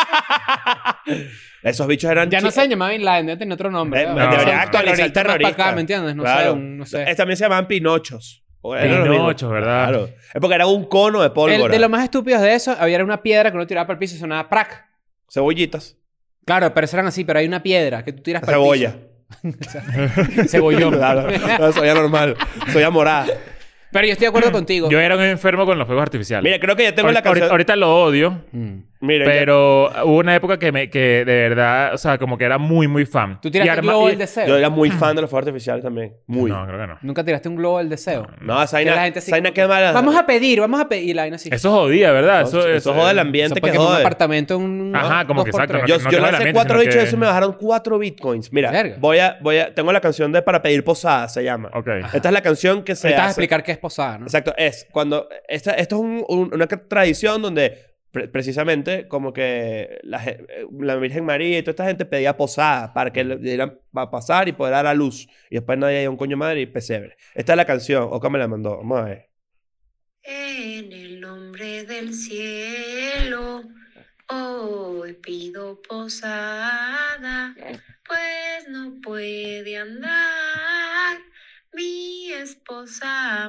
Esos bichos eran Ya no chi- se llamaba Bin Laden, debe tener otro nombre. Eh, ¿verdad? debería No. actualizar Terrorista más terrorista. para acá, ¿me entiendes? No Claro. sé, un- no sé. Eh, También se llamaban pinochos. O eran los Pinochos, mismos. ¿verdad? Claro. Es porque era un cono de El, pólvora. de lo más estúpidos de eso, había una piedra que uno tiraba para el piso y sonaba prac. Cebollitas. Claro, pero eso eran así, pero hay una piedra que tú tiras para Cebolla. el piso. Cebollón. Claro. No, soya normal. Soya morada. Pero yo estoy de acuerdo contigo. Yo era un enfermo con los fuegos artificiales. Mira, creo que ya tengo ahorita, la canción. ahorita, ahorita lo odio. Mm. Mira, ya- Pero hubo una época que, me, que de verdad, o sea, como que era muy, muy fan. ¿Tú tiraste Y un arma- globo y- del deseo? yo era muy fan de los fuegos artificiales también. Muy. No, creo que no. ¿Nunca tiraste un globo del deseo? No, esa Que vaina, la gente así esa vaina como qué mala. Vamos a pedir, vamos a pedir. Y la vaina así. Eso jodía, ¿verdad? Eso, Eso, eso jode el ambiente Eso que para que en un jode. apartamento un... Ajá, como dos que por exacto, tres. Yo, no yo te lancé lamentes, cuatro sino bichos y que- eso me bajaron cuatro bitcoins. Mira, Verga. voy a, voy a, tengo la canción de Para Pedir Posada, se llama. Ok. Esta es la canción que se Ahorita vas a hace. explicar qué es posada, ¿no? Exacto, es cuando... Esta, esto es un- un- una tradición donde pre- precisamente como que la, ge- la Virgen María y toda esta gente pedía posada para que le dieran para pasar y poder dar a luz. Y después nadie haya un coño madre y pesebre. Esta es la canción. Oca me la mandó. Vamos a ver. En el nombre del cielo, hoy pido posada, pues no puede andar mi esposa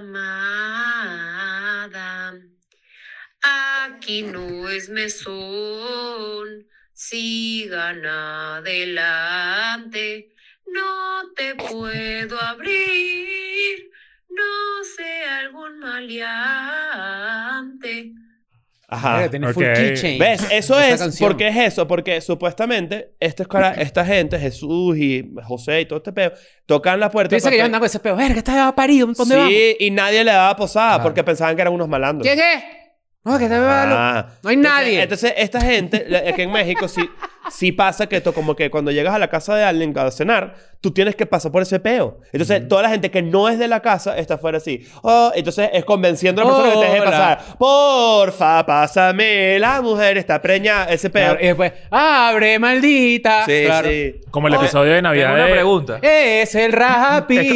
amada. Aquí no es mesón, sigan adelante, no te puedo abrir. No sé, algún maleante. Ajá. Verga, tiene full Ok. keychain. ¿Ves? Eso Esa es. canción. ¿Por qué es eso? Porque supuestamente estos cara- esta gente, Jesús y José y todo este peo, tocan la puerta. Tú dices para que yo pe- andaba con ese peo. Verga, está parido. ¿Dónde sí, vamos? y nadie le daba posada Claro. porque pensaban que eran unos malandros. ¿Qué qué? No, que te veo. Ah. No hay Entonces- nadie. Entonces, esta gente, la- aquí en México, sí, sí pasa que esto, como que cuando llegas a la casa de alguien a cenar, tú tienes que pasar por ese peo. Entonces, toda la gente que no es de la casa está afuera así. Oh, entonces, es convenciendo a la persona que te deje Hola. pasar. Porfa, pásame, la mujer está preñada. Ese peo. Claro, y después, abre, maldita. Sí, Claro. sí. Como el Oye, episodio de Navidad Tengo una de... pregunta. Es el Rappi.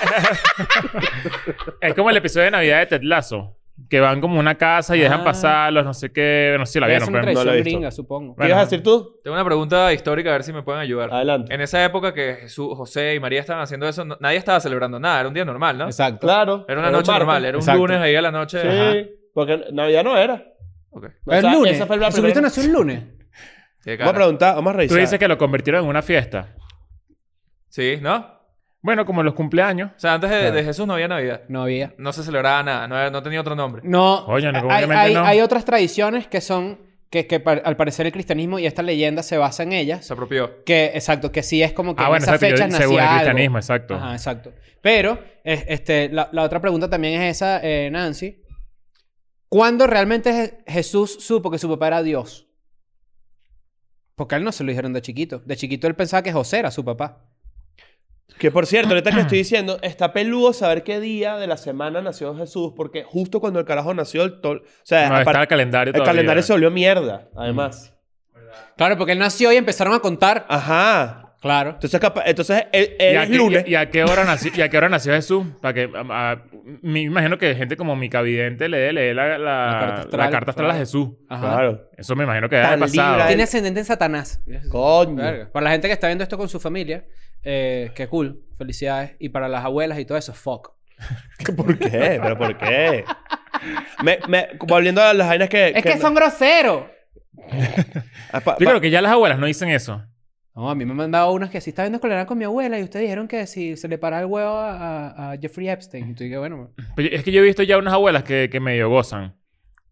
Es como el episodio de Navidad de Ted Lasso. Que van como a una casa y dejan Ah. pasar los no sé qué... No sé si la Es vieron. una pero- No lo tradición he visto. gringa, supongo. ¿Qué Bueno. ibas a decir tú? Tengo una pregunta histórica, a ver si me pueden ayudar. Adelante. En esa época que Jesús, José y María estaban haciendo eso, no- nadie estaba celebrando nada. Era un día normal, ¿no? Exacto. Claro. Era una un noche martes. normal. Era un Exacto. lunes ahí a la noche. Sí, Ajá. porque Navidad no era. Ok. O el sea, lunes. esa fue la Jesucristo primera- nació un lunes. Qué Vamos a cara. preguntar, vamos a revisar. Tú dices que lo convirtieron en una fiesta. Sí, ¿no? Bueno, como en los cumpleaños. O sea, antes de, Claro. de Jesús no había Navidad. No había. No se celebraba nada. No, no tenía otro nombre. No. Oye, no, hay, obviamente hay, no. hay otras tradiciones que son... Que, que par- al parecer el cristianismo y esta leyenda se basa en ellas. Se apropió. Que, exacto, que sí es como que Ah, en bueno, esas exacto. yo- fechas según el nacía algo. cristianismo, exacto. Ajá, exacto. Pero, es- este, la, la otra pregunta también es esa, eh, Nancy. ¿Cuándo realmente Je- Jesús supo que su papá era Dios? Porque a él no se lo dijeron de chiquito. De chiquito él pensaba que José era su papá. Que por cierto, ahorita que estoy diciendo, está peludo saber qué día de la semana nació Jesús, porque justo cuando el carajo nació, el tol- o sea, No, aparte- está el calendario el todavía. calendario se volvió mierda, además. Claro, porque él nació y empezaron a contar. Ajá. Claro. Entonces, capa- entonces él, él ¿Y a, es qué, lunes. y- y a qué hora nació, ¿Y a qué hora nació Jesús? Para que... a- a- me imagino que gente como Micavidente le lee la, la, La carta la astral, carta astral a claro. Jesús. Ajá. Claro. Eso me imagino que debe haber Tan pasado. libra Tiene ascendente en Satanás. Coño. Verga. Para la gente que está viendo esto con su familia, eh, qué cool. Felicidades. Y para las abuelas y todo eso, fuck. ¿Por qué? ¿Pero por qué? Me, me, volviendo a las vainas que... Es que son groseros. Ah, pa- Yo pa- creo que ya las abuelas no dicen eso. No, a mí me han mandado unas que sí está viendo escolar con mi abuela y ustedes dijeron que si se le paraba el huevo a, a- a Jeffrey Epstein. Y tú dices, bueno, Pero es que yo he visto ya unas abuelas que, que medio gozan.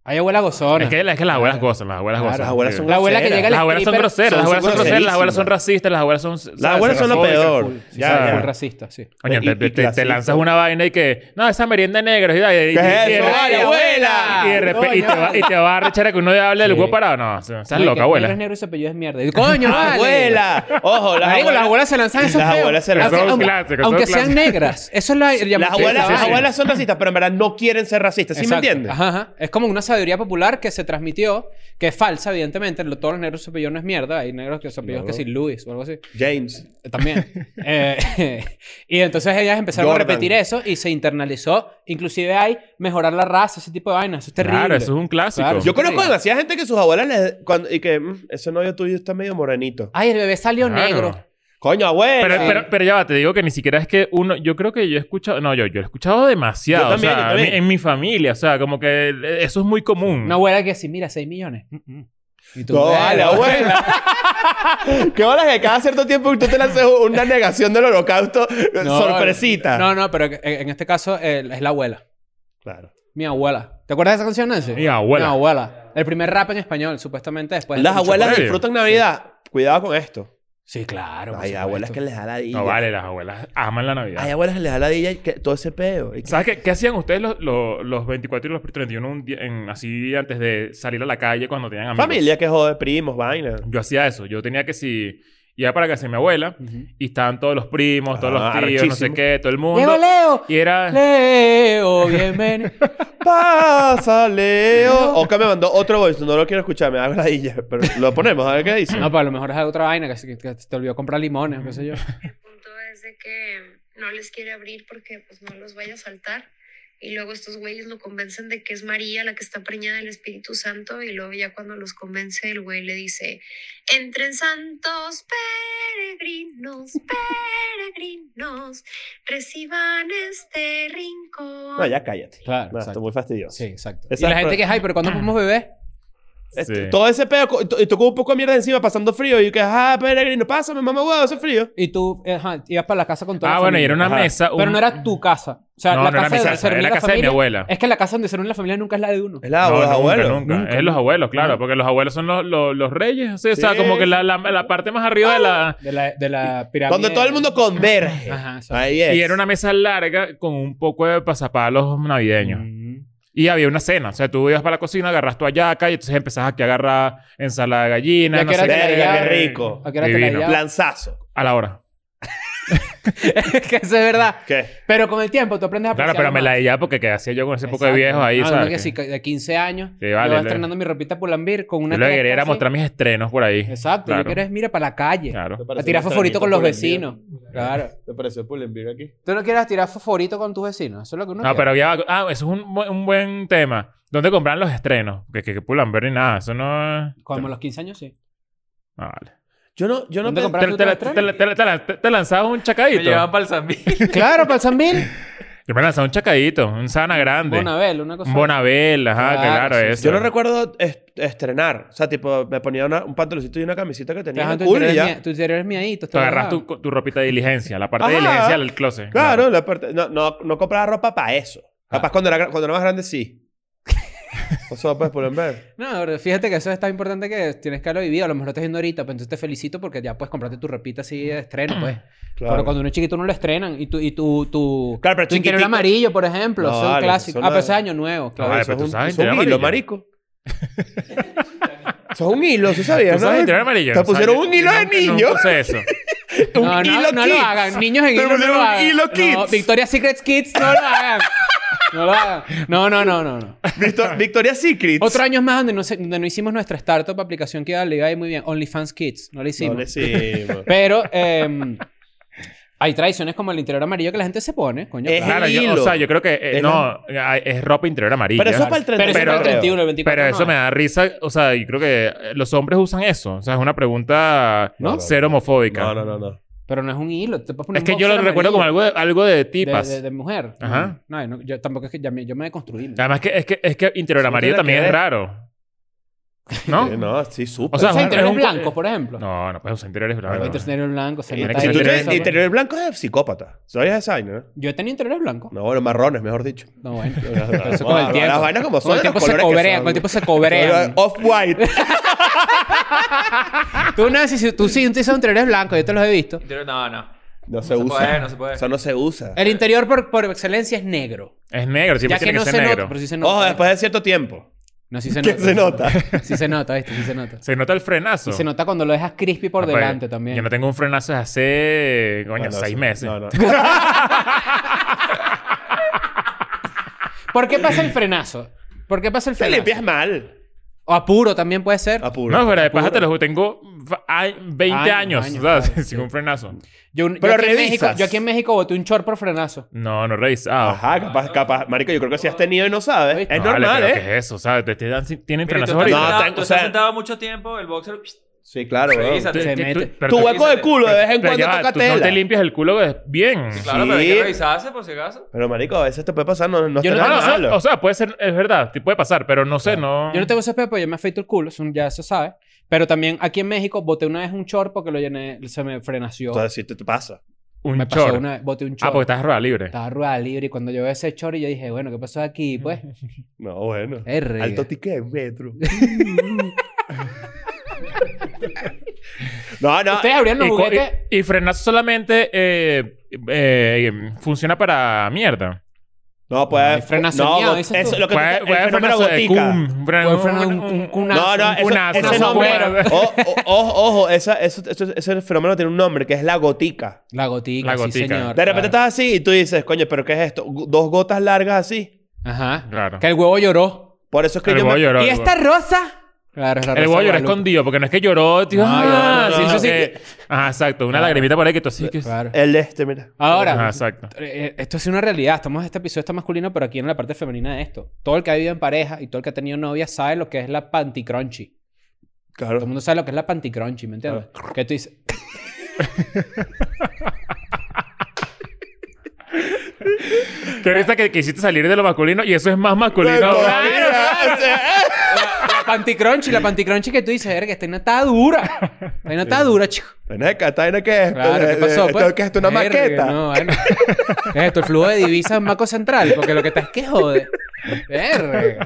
Hay abuela gozona. Es que, es que las abuelas gozan, las abuelas Claro, gozan. Las abuelas son La abuela que groseras. llega al Las abuelas son stripper- groseras, las son- abuelas son son groseras, las abuelas son groserísimas. racistas, las abuelas son... Las abuelas son lo xenofóbicas. peor. Full. Sí, Ya, sí, ya. full racista, sí. Coño, Y- te, y te- te clasista. lanzas una vaina y que... No, esa merienda de negros. Y, y, y, ¿Qué es y- y- eso? ¡Ay, abuela! Y de repente... Y te va, y te va a rechar que uno hable del Sí. huevo parado. No, estás Ay, que loca, Negro abuela. es negro y ese apellido es mierda. Y, Coño, vale. ¡Abuela! Ojo, las Marico, abuelas... las abuelas se lanzan esos Las peos. abuelas se Aunque- lanzan- Son aunque- clásicos, Aunque son sean clásicos. negras. Eso es la... Las abuelas, sí, las sí. abuelas son racistas, pero en verdad no quieren ser racistas. ¿Sí me Exacto. entiendes? Ajá, ajá. Es como una sabiduría popular que se transmitió, que es falsa, evidentemente. Lo- Todos los negros su apellido no es mierda. Hay negros que su apellido No. es que sí, Luis o algo así. James. Eh, También. Eh, y entonces ellas empezaron Jordan. a repetir eso y se internalizó. Inclusive hay mejorar la raza, ese tipo de vainas. Eso es terrible. Claro, eso es un clásico. Claro. Yo conozco Sí. demasiada gente que sus abuelas les... Cuando, y que... "Mm, ese novio tuyo está medio morenito. Ay, el bebé salió Claro. negro. Coño, abuela. Pero, pero, pero ya va, te digo que ni siquiera es que uno... Yo creo que yo he escuchado... No, yo, yo he escuchado demasiado. Yo también, o sea, yo también. En, mi, en mi familia. O sea, como que eso es muy común. Una abuela que sí, mira, seis millones. Mm, mm. Y tú, No, vale, "Verga". abuela. Qué bolas que cada cierto tiempo tú te lances una negación del holocausto No, sorpresita. No, no, pero en, en este caso eh, es la abuela. Claro. Mi abuela. ¿Te acuerdas de esa canción, Nancy? Mi abuela. Mi abuela. El primer rap en español, supuestamente después. de Las mucho abuelas tiempo. serio? disfrutan Navidad. Cuidado con esto. Sí, claro. por Hay abuelas que supuesto. les da la dilla. No vale, las abuelas aman la Navidad. Hay abuelas que les da la dilla y que todo ese peo. Y que- ¿Sabes qué, qué hacían ustedes los, los, los veinticuatro y los treinta y uno un día- en, así antes de salir a la calle cuando tenían amigos? Familia que jode, primos, vaina. Yo hacía eso. Yo tenía que si... Iba para casa de mi abuela Ujú. y estaban todos los primos, todos Ah, los tíos, no sé arrechísimo. qué, todo el mundo. ¡Leo, Leo! Y era... Leo, bienvenido. Pasa, Leo. Oka me mandó otro voice. No lo quiero escuchar. Me da la dilla. Pero lo ponemos. A ver qué dice. No, pues a lo mejor es otra vaina que, que, que te olvidó comprar limones o qué sé yo. El punto es de que no les quiere abrir porque pues no los vaya a saltar. Y luego estos güeyes lo convencen de que es María la que está preñada del Espíritu Santo. Y luego ya cuando los convence, el güey le dice: entren santos peregrinos, peregrinos, reciban este rincón. No, ya cállate. Claro, No, exacto. esto es muy fastidioso. Sí, exacto. Esa y la es- gente que es, ay, pero ¿cuándo podemos beber? Este, Sí. Todo ese peo. co- Y tocó un poco de mierda encima pasando frío. Y que, ah, peregrino, pásame, mamá, huevo, hace frío. Y tú, ajá, ibas para la casa con toda Ah, la bueno, y familia. era una Ajá. mesa... Pero un- no era tu casa. O sea, No, la no era casa mi de casa, se era reunía la casa de mi familia. abuela. Es que la casa donde se reúne la familia nunca es la de uno. Es la No, de los nunca, abuelos. nunca. Nunca, Es los abuelos, claro. Nunca. Porque los abuelos son los, los, los reyes. ¿sí? O sea, Sí. como que la, la, la parte más arriba de la... De la, de la pirámide. Donde todo el mundo converge. Ajá, exacto. Ahí es. Y era una mesa larga con un poco de pasapalos navideños. Mm. Y había una cena. O sea, tú ibas para la cocina, agarras tu hayaca y entonces empezás aquí a agarrar ensalada de gallina. ¿Y a no qué sé hora te la qué. Verga, qué llave? rico. ¿A qué hora te la Divino. llave? Lanzazo. A la hora. que eso es verdad. ¿Qué? Pero con el tiempo tú aprendes a Claro, apreciar pero me más. la di ya porque ¿qué hacía yo con ese poco de Exacto. viejos ahí? Ah, ¿sabes? uno que Que- sí, de quince años. Sí, yo vale, voy le- estrenando mi ropita Pulambir con una Yo lo que quería cresta era así. mostrar mis estrenos por ahí. Exacto. Claro. Yo quiero es, mira, para la calle. Claro. A tirar fosforito con los vecinos. Claro. ¿Te pareció Pull&Bear aquí? Tú no quieres tirar fosforito con tus vecinos. Eso es lo que uno No, quiere. pero ya... Ah, eso es un, bu- un buen tema. ¿Dónde compran los estrenos? Que, que, que Pull&Bear ni nada. Eso no es... Como a los quince años, sí. Ah, vale. Yo no, yo no ¿Dónde pe- compras? ¿Te, tú te, tus te, estrenos? te, te, te- te lanzabas un Me chacadito? llevaban para el Zambil. Claro, para el San Bill. Yo me lanzaba un chacadito. Un sana grande. Bonabel, una cosa. Un Bonabel. Ajá, Claro, claro, sí, eso. Yo no recuerdo est- estrenar. O sea, tipo, me ponía una- un pantaloncito y una camisita que Te tenía. dejan tu Cool, interior, y es ya. mía- tu interior es miadito. Tú agarras tu, tu ropita de diligencia. La parte de Ajá. diligencia del closet. Claro, la parte... No, no, no compraba ropa para eso. Capaz cuando era, cuando era más grande, sí. Eso pues Pull&Bear. No, pero fíjate que eso es tan importante que tienes que haberlo vivido. A lo mejor lo estás viendo ahorita, pero entonces te felicito porque ya puedes comprarte tu ropita así de estreno, pues. Claro. Pero cuando uno es chiquito no lo estrenan. Y tu, y tu, tu, Claro, pero tu interior chiquitico- amarillo, por ejemplo, No, son vale, clásicos. son Ah, pero la- ese es año nuevo, claro. Ay, eso pero es tú un, sabes eso es un interior hilo, amarillo. marico. Eso es un hilo, ¿tú sabías, ¿Tú sabes no? interior amarillo? Te O sea, pusieron yo- un hilo yo de nunca- niño. nunca usé eso. Un No, no, hilo no kids. lo hagan. Niños en Te hilo no pusieron lo un hagan. hilo No, kids. Victoria's Secret Kids no lo hagan. No lo hagan. No, no, no, no, no. Victor- Victoria's Secret. Otro año más donde no, se- donde no hicimos nuestra startup aplicación que le iba a ir muy bien. OnlyFans Kids. No lo hicimos. No le hicimos. Pero em, hay tradiciones como el interior amarillo que la gente se pone. Coño, Es claro. Claro, yo, hilo. o sea, yo creo que... eh, Es no, hay- es ropa interior amarilla. Pero eso es para el Pero treinta y eso Pero- para el treinta y uno, el veinticuatro. Pero no eso hay. me da risa. O sea, yo creo que eh, los hombres usan eso. O sea, es una pregunta No, no, cero homofóbica. No, no, no, no. Pero no es un hilo. Te puedes poner Es que un yo lo boxer recuerdo como amarillo algo de, algo de de, tipas. de, de mujer. Ajá. No, no, yo tampoco es que ya me, yo me deconstruí. Además que es que, es que interior Eso amarillo tiene también que es ver. raro. ¿No? Eh, no, sí, súper. O sea, O sea, es un- interiores es un- blancos, por ejemplo. No, no puedes usar interiores Hay blancos. interiores blancos, se Tiene nota que si ser tú ahí tienes eso, interiores- interior blanco es de psicópata. ¿Sabías esa vaina, no? Yo he tenido interiores blancos. No, bueno, marrones, mejor dicho. No, bueno. Eso Eso con el tiempo. Las vainas como son, Con el tiempo los se colores que cobrean, son. con el tiempo se cobrean. Off-white. Tú una vez, si tú sí utilizas interiores blancos, yo te los he visto. Interior- No, no. No se No se usa. puede, no se puede. Eso no se usa. El interior por, por excelencia es negro. Es negro, siempre Ya que tiene no que se ser nota, negro. pero sí se nota. Ojo, después de cierto tiempo. No, sí se ¿Qué nota. se nota? Sí se nota, ¿viste? Sí se nota. Se nota el frenazo. Y se nota cuando lo dejas crispy por Ah, pues, delante también. Yo no tengo un frenazo desde hace, coño, No, no, seis sí. meses. No, no. ¿Por qué pasa el frenazo? ¿Por qué pasa el Te frenazo? limpias mal. O apuro también puede ser. Apuro. No, pero de paja te lo juro, tengo fa- ay, veinte Años, años, años, ¿sabes? claro, Sin sí. un frenazo. Yo, yo Pero aquí en México, revisas. yo aquí en México boté un short por frenazo. No, no he revisado. Ajá, capaz, capaz. Marico, yo creo que si has tenido y no sabes. Oye, Es No, vale, normal, pero ¿eh? ¿qué es eso? ¿Sabes? Te, te dan, tienen Mira, tú frenazos estás ahorita. No, sentado, tengo- tú o estás sea- sentado mucho tiempo, el boxer... Sí, claro, weón. Revísate. Se Tú- mete. tú- pero Tu tú- hueco de culo de vez en pero cuando ya va, toca tú no tela. te limpias el culo bien. Sí, claro, pero hay Sí. que revisarse por si acaso. Pero, marico, a veces te puede pasar. No, no Yo está no- No, nada no, malo. o sea, puede ser, es verdad, te puede pasar, pero no sé, no. Yo no tengo ese pepo, yo me afeito el culo, eso ya se sabe. Pero también aquí en México boté una vez un short porque lo llené, se me frenació. Entonces, si te, te pasa. un me pasó short. una vez, boté un Ah, short. porque estás en rueda libre. Estaba rueda libre y cuando yo vi ese short y yo dije, bueno, ¿qué pasó aquí? Pues, No, bueno. R. Alto ticket, metro. no, no. Ustedes abrían los Y, cu- juguetes. y- y frenazo solamente eh, eh, funciona para mierda. No, puede... Hay frenazo no, ñao, go- dices tú. eso, lo que Puede, tú- puede el fenómeno frenazo de gotica. cum, fren- Puede frenar un- un- un- un- una- No, no, un eso, cunazo, ese una nombre... sombrera. o- o- ojo, ojo, esa, eso, eso- ese fenómeno tiene un nombre que es la gotica. La gotica, La sí, gotica. señor. De repente claro. estás así y tú dices, coño, ¿pero qué es esto? Gu- Dos gotas largas así. Ajá. Claro. Que el huevo lloró. Por eso es que El yo huevo me... lloró. ¿Y esta rosa? Claro, es la El rosa huevo lloró Guadalupe. escondido porque no es que lloró, tío. No, ah, no, sí, no, sí, no. que- Ajá, exacto. Una Claro. lagrimita por ahí que tú así que... Claro. El de este, mira. Ahora, Ajá, exacto. eh, esto es una realidad. Estamos, este episodio está masculino, pero aquí en la parte femenina de esto. Todo el que ha vivido en pareja y todo el que ha tenido novia sabe lo que es la panty crunchy. Todo el Claro. mundo sabe lo que es la panty crunchy, ¿me entiendes? Que tú dices... Qué risa que quisiste salir de lo masculino y eso es más masculino. La, la panty crunchy, la panty crunchy que tú dices, verga, esta no está dura. Esta no está dura, chico. Veneca, ¿esta vaina qué es? Claro, ¿qué Eh, pasó? eh, Pues? ¿Esto qué es esto? ¿Una Verga, maqueta? No, bueno. ¿Qué es esto? El flujo de divisas en Banco Central. Porque lo que está es que jode. Verga.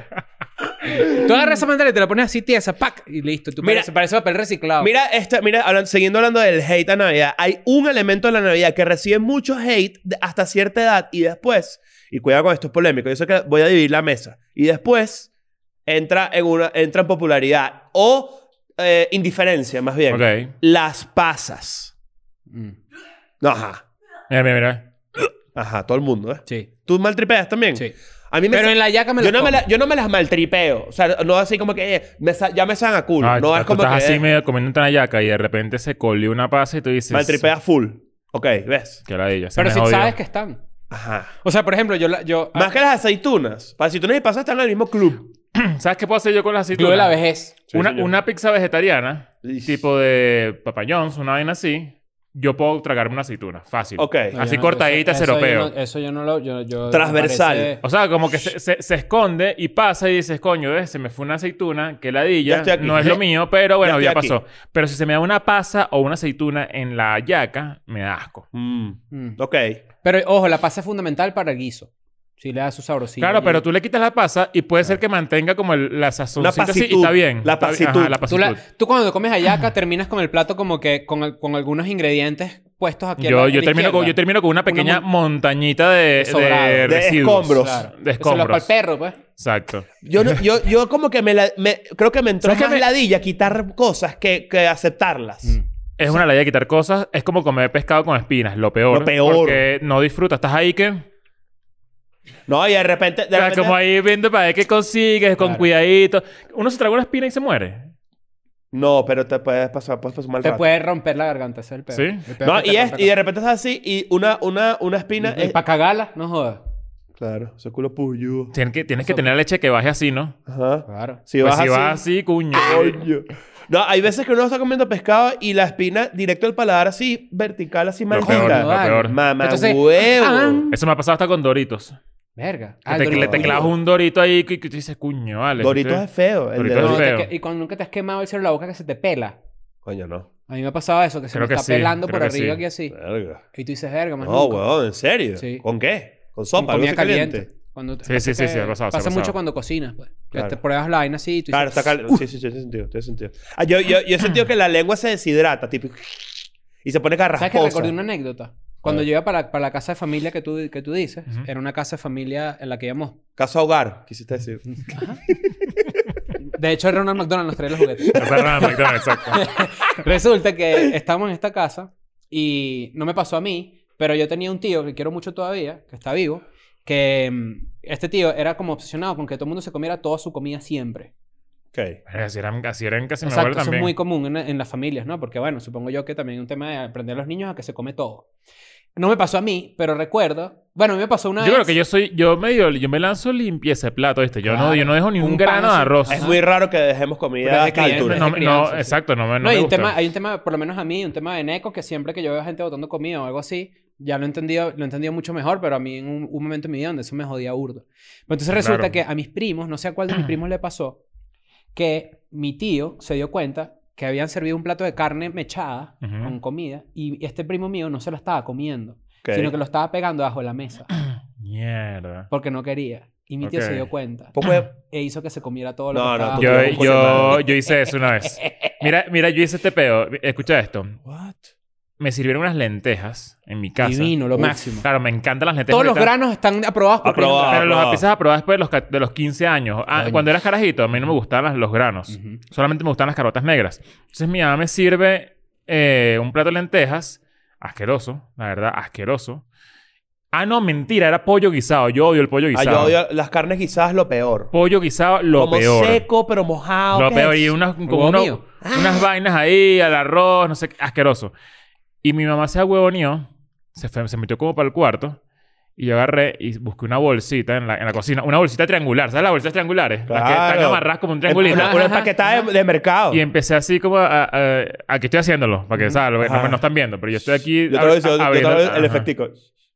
Tú agarras esa mandarina y te la pones así tiesa, ¡pac! Y listo. Tú Mira- parece, parece papel reciclado. Mira, esta, mira hablan- siguiendo hablando del hate a Navidad, hay un elemento de la Navidad que recibe mucho hate de- hasta cierta edad y después, y cuidado con esto, es polémico, yo sé que voy a dividir la mesa, y después entra en, una, entra en popularidad o eh, indiferencia, más bien. Ok. Las pasas. Mm, No, ajá. Mira, mira, mira. Ajá, todo el mundo, ¿eh? sí, ¿Tú maltripeas también? sí. A mí me Pero sa- en la yaca me yo, lo no me como. la- yo no me las maltripeo. O sea, no así como que eh, me sa- ya me saben a culo. Ah, no tú- es tú como estás que así eh, medio comiendo una yaca y de repente se colió una pasa y tú dices... maltripeas full. Ok, ¿ves? Que la de ella. se Pero me si jodió. sabes que están. Ajá. O sea, por ejemplo, yo... La, yo Más que las aceitunas. Las aceitunas y pasas están en el mismo club. ¿Sabes qué puedo hacer yo con las Club aceitunas? de la vejez. Sí, una, señor. una pizza vegetariana, Ish. tipo de Papa John's, una vaina así, yo puedo tragarme una aceituna. Fácil. Ok. No, Así yo no- cortadita, eso- cero eso yo peo. no- Eso yo no lo... Yo, yo- Transversal. me parece- O sea, como que se, se, se esconde y pasa y dices, coño, ¿ves? Se me fue una aceituna, que Ya ladilla. estoy aquí. No es lo mío, pero bueno, Ya ya, estoy pasó. Pero si se me da una pasa o una aceituna en la yaca, me da asco. Mm. Mm. Ok. Pero, ojo, la pasa es fundamental para el guiso. Si le da su sabrosito. Claro, pero tú le quitas la pasa y puede ser que mantenga como el, la sazoncita así y pasitud. está bien. La Está bien. pasitud. Ajá, la Tú, la- pasitud. tú cuando comes hallaca terminas con el plato como que con, el- con algunos ingredientes puestos aquí a Yo, la, yo, a la termino con, izquierda. yo termino con una pequeña mon- montañita de, de sobrado. de De residuos. escombros. Claro. De Eso lo escombros. para el perro, pues. Exacto. Yo, no- yo, yo como que me, la- me- creo que me entró ¿Sabes más qué me- ladilla quitar cosas que, que aceptarlas. Mm. Es una ley de quitar cosas. Es como comer pescado con espinas. Lo peor. Lo peor. Porque no disfrutas. Estás ahí que... No, y de repente... De O sea, repente- como ahí viendo para ver qué consigues, con Claro. cuidadito. Uno se traga una espina y se muere. No, pero te puedes pasar, puedes pasar un mal Te rato. puede romper la garganta, ese es el peor. ¿Sí? El peor No, que te y, es, rompe y la- de repente estás así y una, una, una espina... Y es- para cagarla, no jodas. Claro, ese culo puyudo. Tienes que, tienes que tener la leche que baje así, ¿no? Ajá. Claro. Si Pues vas si así... vas así, cuño. Coño. No, hay veces que uno está comiendo pescado y la espina directo al paladar así, vertical, así Lo maldita. peor, lo vale. peor. Mamá Entonces, huevo. ¡ah! Eso me ha pasado hasta con Doritos. Verga. Que Ah, te, el que le Dorito te clavas vivo. un dorito ahí que, que tú dices, cuño, vale. Doritos Este- es feo. El Doritos de- es No, te feo. que- y cuando nunca te has quemado el cero en la boca que se te pela. Coño, no. A mí me ha pasado eso, que se Creo me que está sí, pelando creo por que arriba sí. aquí así. Verga. Y tú dices, verga, más No, nunca. weón, ¿en serio? Sí. ¿Con qué? ¿Con Con sopa? ¿Algo comida así caliente. Cuando te- Sí, pasa sí, sí, que sí, ha pasado, sí ha Pasa pasado. mucho cuando cocinas, pues. Que Claro. te pruebas la vaina así y tú Claro, dices, está cal... Sí, sí, sí, tiene sentido, tiene sentido. Ah, yo, yo, yo he sentido que la lengua se deshidrata, tipo... Y se pone ¿sabes qué? carrasposa. Recordé una anécdota. Cuando A ver. yo iba para, para la casa de familia que tú, que tú dices, Ujú. era una casa de familia en la que íbamos. Casa hogar, quisiste decir. De hecho, Ronald McDonald nos traía los juguetes. Esa era la McDonald's, exacto. Resulta que estábamos en esta casa y no me pasó a mí, pero yo tenía un tío que quiero mucho todavía, que está vivo, que mm, este tío era como obsesionado con que todo el mundo se comiera toda su comida siempre. Ok. Así eran, así eran casi mi Exacto, abuelo eso es también. muy común en, en las familias, ¿no? Porque, bueno, supongo yo que también es un tema de aprender a los niños a que se come todo. No me pasó a mí, pero recuerdo... Bueno, a mí me pasó una Yo creo vez... que yo soy... Yo medio... Yo me lanzo limpieza de plato, ¿viste? Yo, no, Claro. yo no dejo ni un, Un grano pan de así. arroz. Es Ajá. muy raro que dejemos Pero comida es a de esta crianza, altura. es No, de no, crianza, sí. exacto. No me, no No, me hay un, gusta. tema, hay un tema, por lo menos a mí, un tema de neco que siempre que yo veo gente botando comida o algo así, ya lo he entendido, lo he entendido mucho mejor, pero a mí en un, un momento en mi vida donde eso me jodía burdo. Pero entonces resulta Claro. que a mis primos, no sé a cuál de mis primos le pasó, que mi tío se dio cuenta que habían servido un plato de carne mechada Ujú. con comida y este primo mío no se lo estaba comiendo, Ok. sino que lo estaba pegando bajo la mesa Mierda. porque no quería. Y mi tío Ok. se dio cuenta Poco de- e hizo que se comiera todo lo No, que no, estaba... tú Yo, tienes un coño de yo, madre. yo hice eso una vez. Mira, mira, yo hice este pedo. Escucha esto. What? Me sirvieron unas lentejas en mi casa. Divino, lo Uf. máximo. Claro, me encantan las lentejas. Todos los ahorita. granos están aprobados por Aprobados. Primo Pero los Aprobado. empiezas a probar después de los, ca- de los quince años. Ah, Coño. cuando eras carajito, a mí no me gustaban las- los granos. Ujú. Solamente me gustaban las carotas negras. Entonces mi mamá me sirve eh, un plato de lentejas. Asqueroso, la verdad, asqueroso. Ah, no, mentira, era pollo guisado. Yo odio el pollo Ah, guisado. yo odio las carnes guisadas, lo peor. Pollo guisado, lo Como peor. seco, pero mojado. Lo ¿qué peor. es? Y unas, como Huevo uno- mío. unas vainas ahí, al arroz, no sé, qué, asqueroso. Y mi mamá se huevoneó, se, fue- se metió como para el cuarto. Y yo agarré y busqué una bolsita en la, en la cocina. Una bolsita triangular. ¿Sabes las bolsitas triangulares? Las que están Claro. amarradas como un triangulito. Una, Ajá, una ajá, empaquetada de, de mercado. Y empecé así como a... a- a- aquí estoy haciéndolo. Para que, ¿sabes? Lo- No, Ajá. me- no están viendo. Pero yo estoy aquí... Yo te lo ab- hice, yo te abriendo- lo hice el ajá. efectico.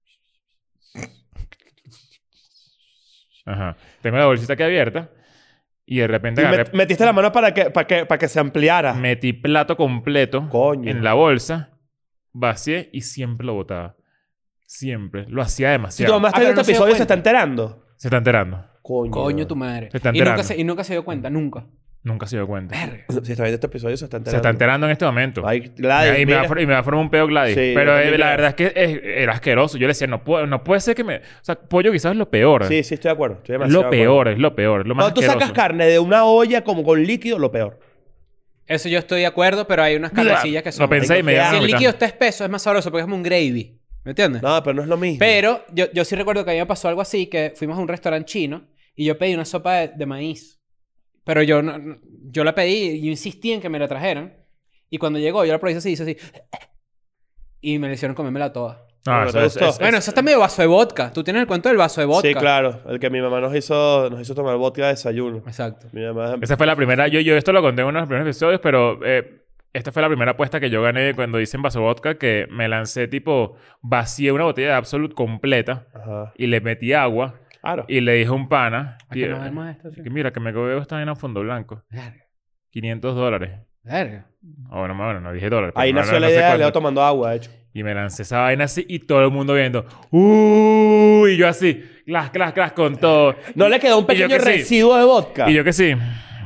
Ajá. Tengo la bolsita aquí abierta. Y de repente Y agarré... met- metiste la mano para que, para que, para que se ampliara. Metí plato completo Coño. en la bolsa. Vacié y siempre lo botaba. Siempre. Lo hacía Si demasiado. tu mamá Ah, está pero viendo no se este dio episodio, se cuenta. está enterando. Se está enterando. Coño. Coño, tu madre. Se está y, nunca enterando. se, y nunca se dio cuenta, nunca. Nunca se dio cuenta. Si está viendo este episodio, se está Se enterando. está enterando en este momento. Ay, Gladys, y, me va a, mira. for- y me va a formar un pedo Gladys. Sí, Pero yo eh, también la creo. verdad es que es- era asqueroso. Yo le decía, no puede, no puede ser que me... O sea, pollo quizás es lo peor. Sí, sí, estoy de acuerdo. Estoy es demasiado lo de acuerdo. peor, es lo peor. Es lo más Cuando tú sacas asqueroso. carne de una olla como con líquido, lo peor. Eso yo estoy de acuerdo, pero hay unas carnecillas que son... Lo pensé y me Si dieron Si el a mitad. líquido está espeso, es más sabroso porque es como un gravy. ¿Me entiendes? No, pero no es lo mismo. Pero yo, yo sí recuerdo que a mí me pasó algo así, que fuimos a un restaurante chino y yo pedí una sopa de, de maíz. Pero yo, no, no- yo la pedí y yo insistí en que me la trajeran. Y cuando llegó, yo la probé así, hice así. Y me le hicieron comérmela toda. No, ¿No eso te es- gustó? es- Bueno, eso está medio vaso de vodka. Tú tienes el cuento del vaso de vodka. Sí, claro. El que mi mamá nos hizo, nos hizo tomar vodka de desayuno. Exacto. Mi mamá... Esa fue la primera... Yo, yo esto lo conté en uno de los primeros episodios, pero... eh, esta fue la primera apuesta que yo gané cuando hice en Vaso Vodka, que me lancé tipo... Vacié una botella de Absolut completa Ajá. y le metí agua Claro. y le dije a un pana... ¿A qué tío, nos vemos esto? que mira, que me veo esta vaina en fondo blanco. Verga. quinientos dólares. Verga. O bueno, bueno, no dije dólares. pero Ahí no- nació no la sé idea de cuánto. Leo tomando agua, de hecho. Y me lancé esa vaina así y todo el mundo viendo. ¡Uh! Y yo así, clas, clas, clas con todo. No le quedó un Y yo pequeño que sí. residuo de vodka. Y yo que sí.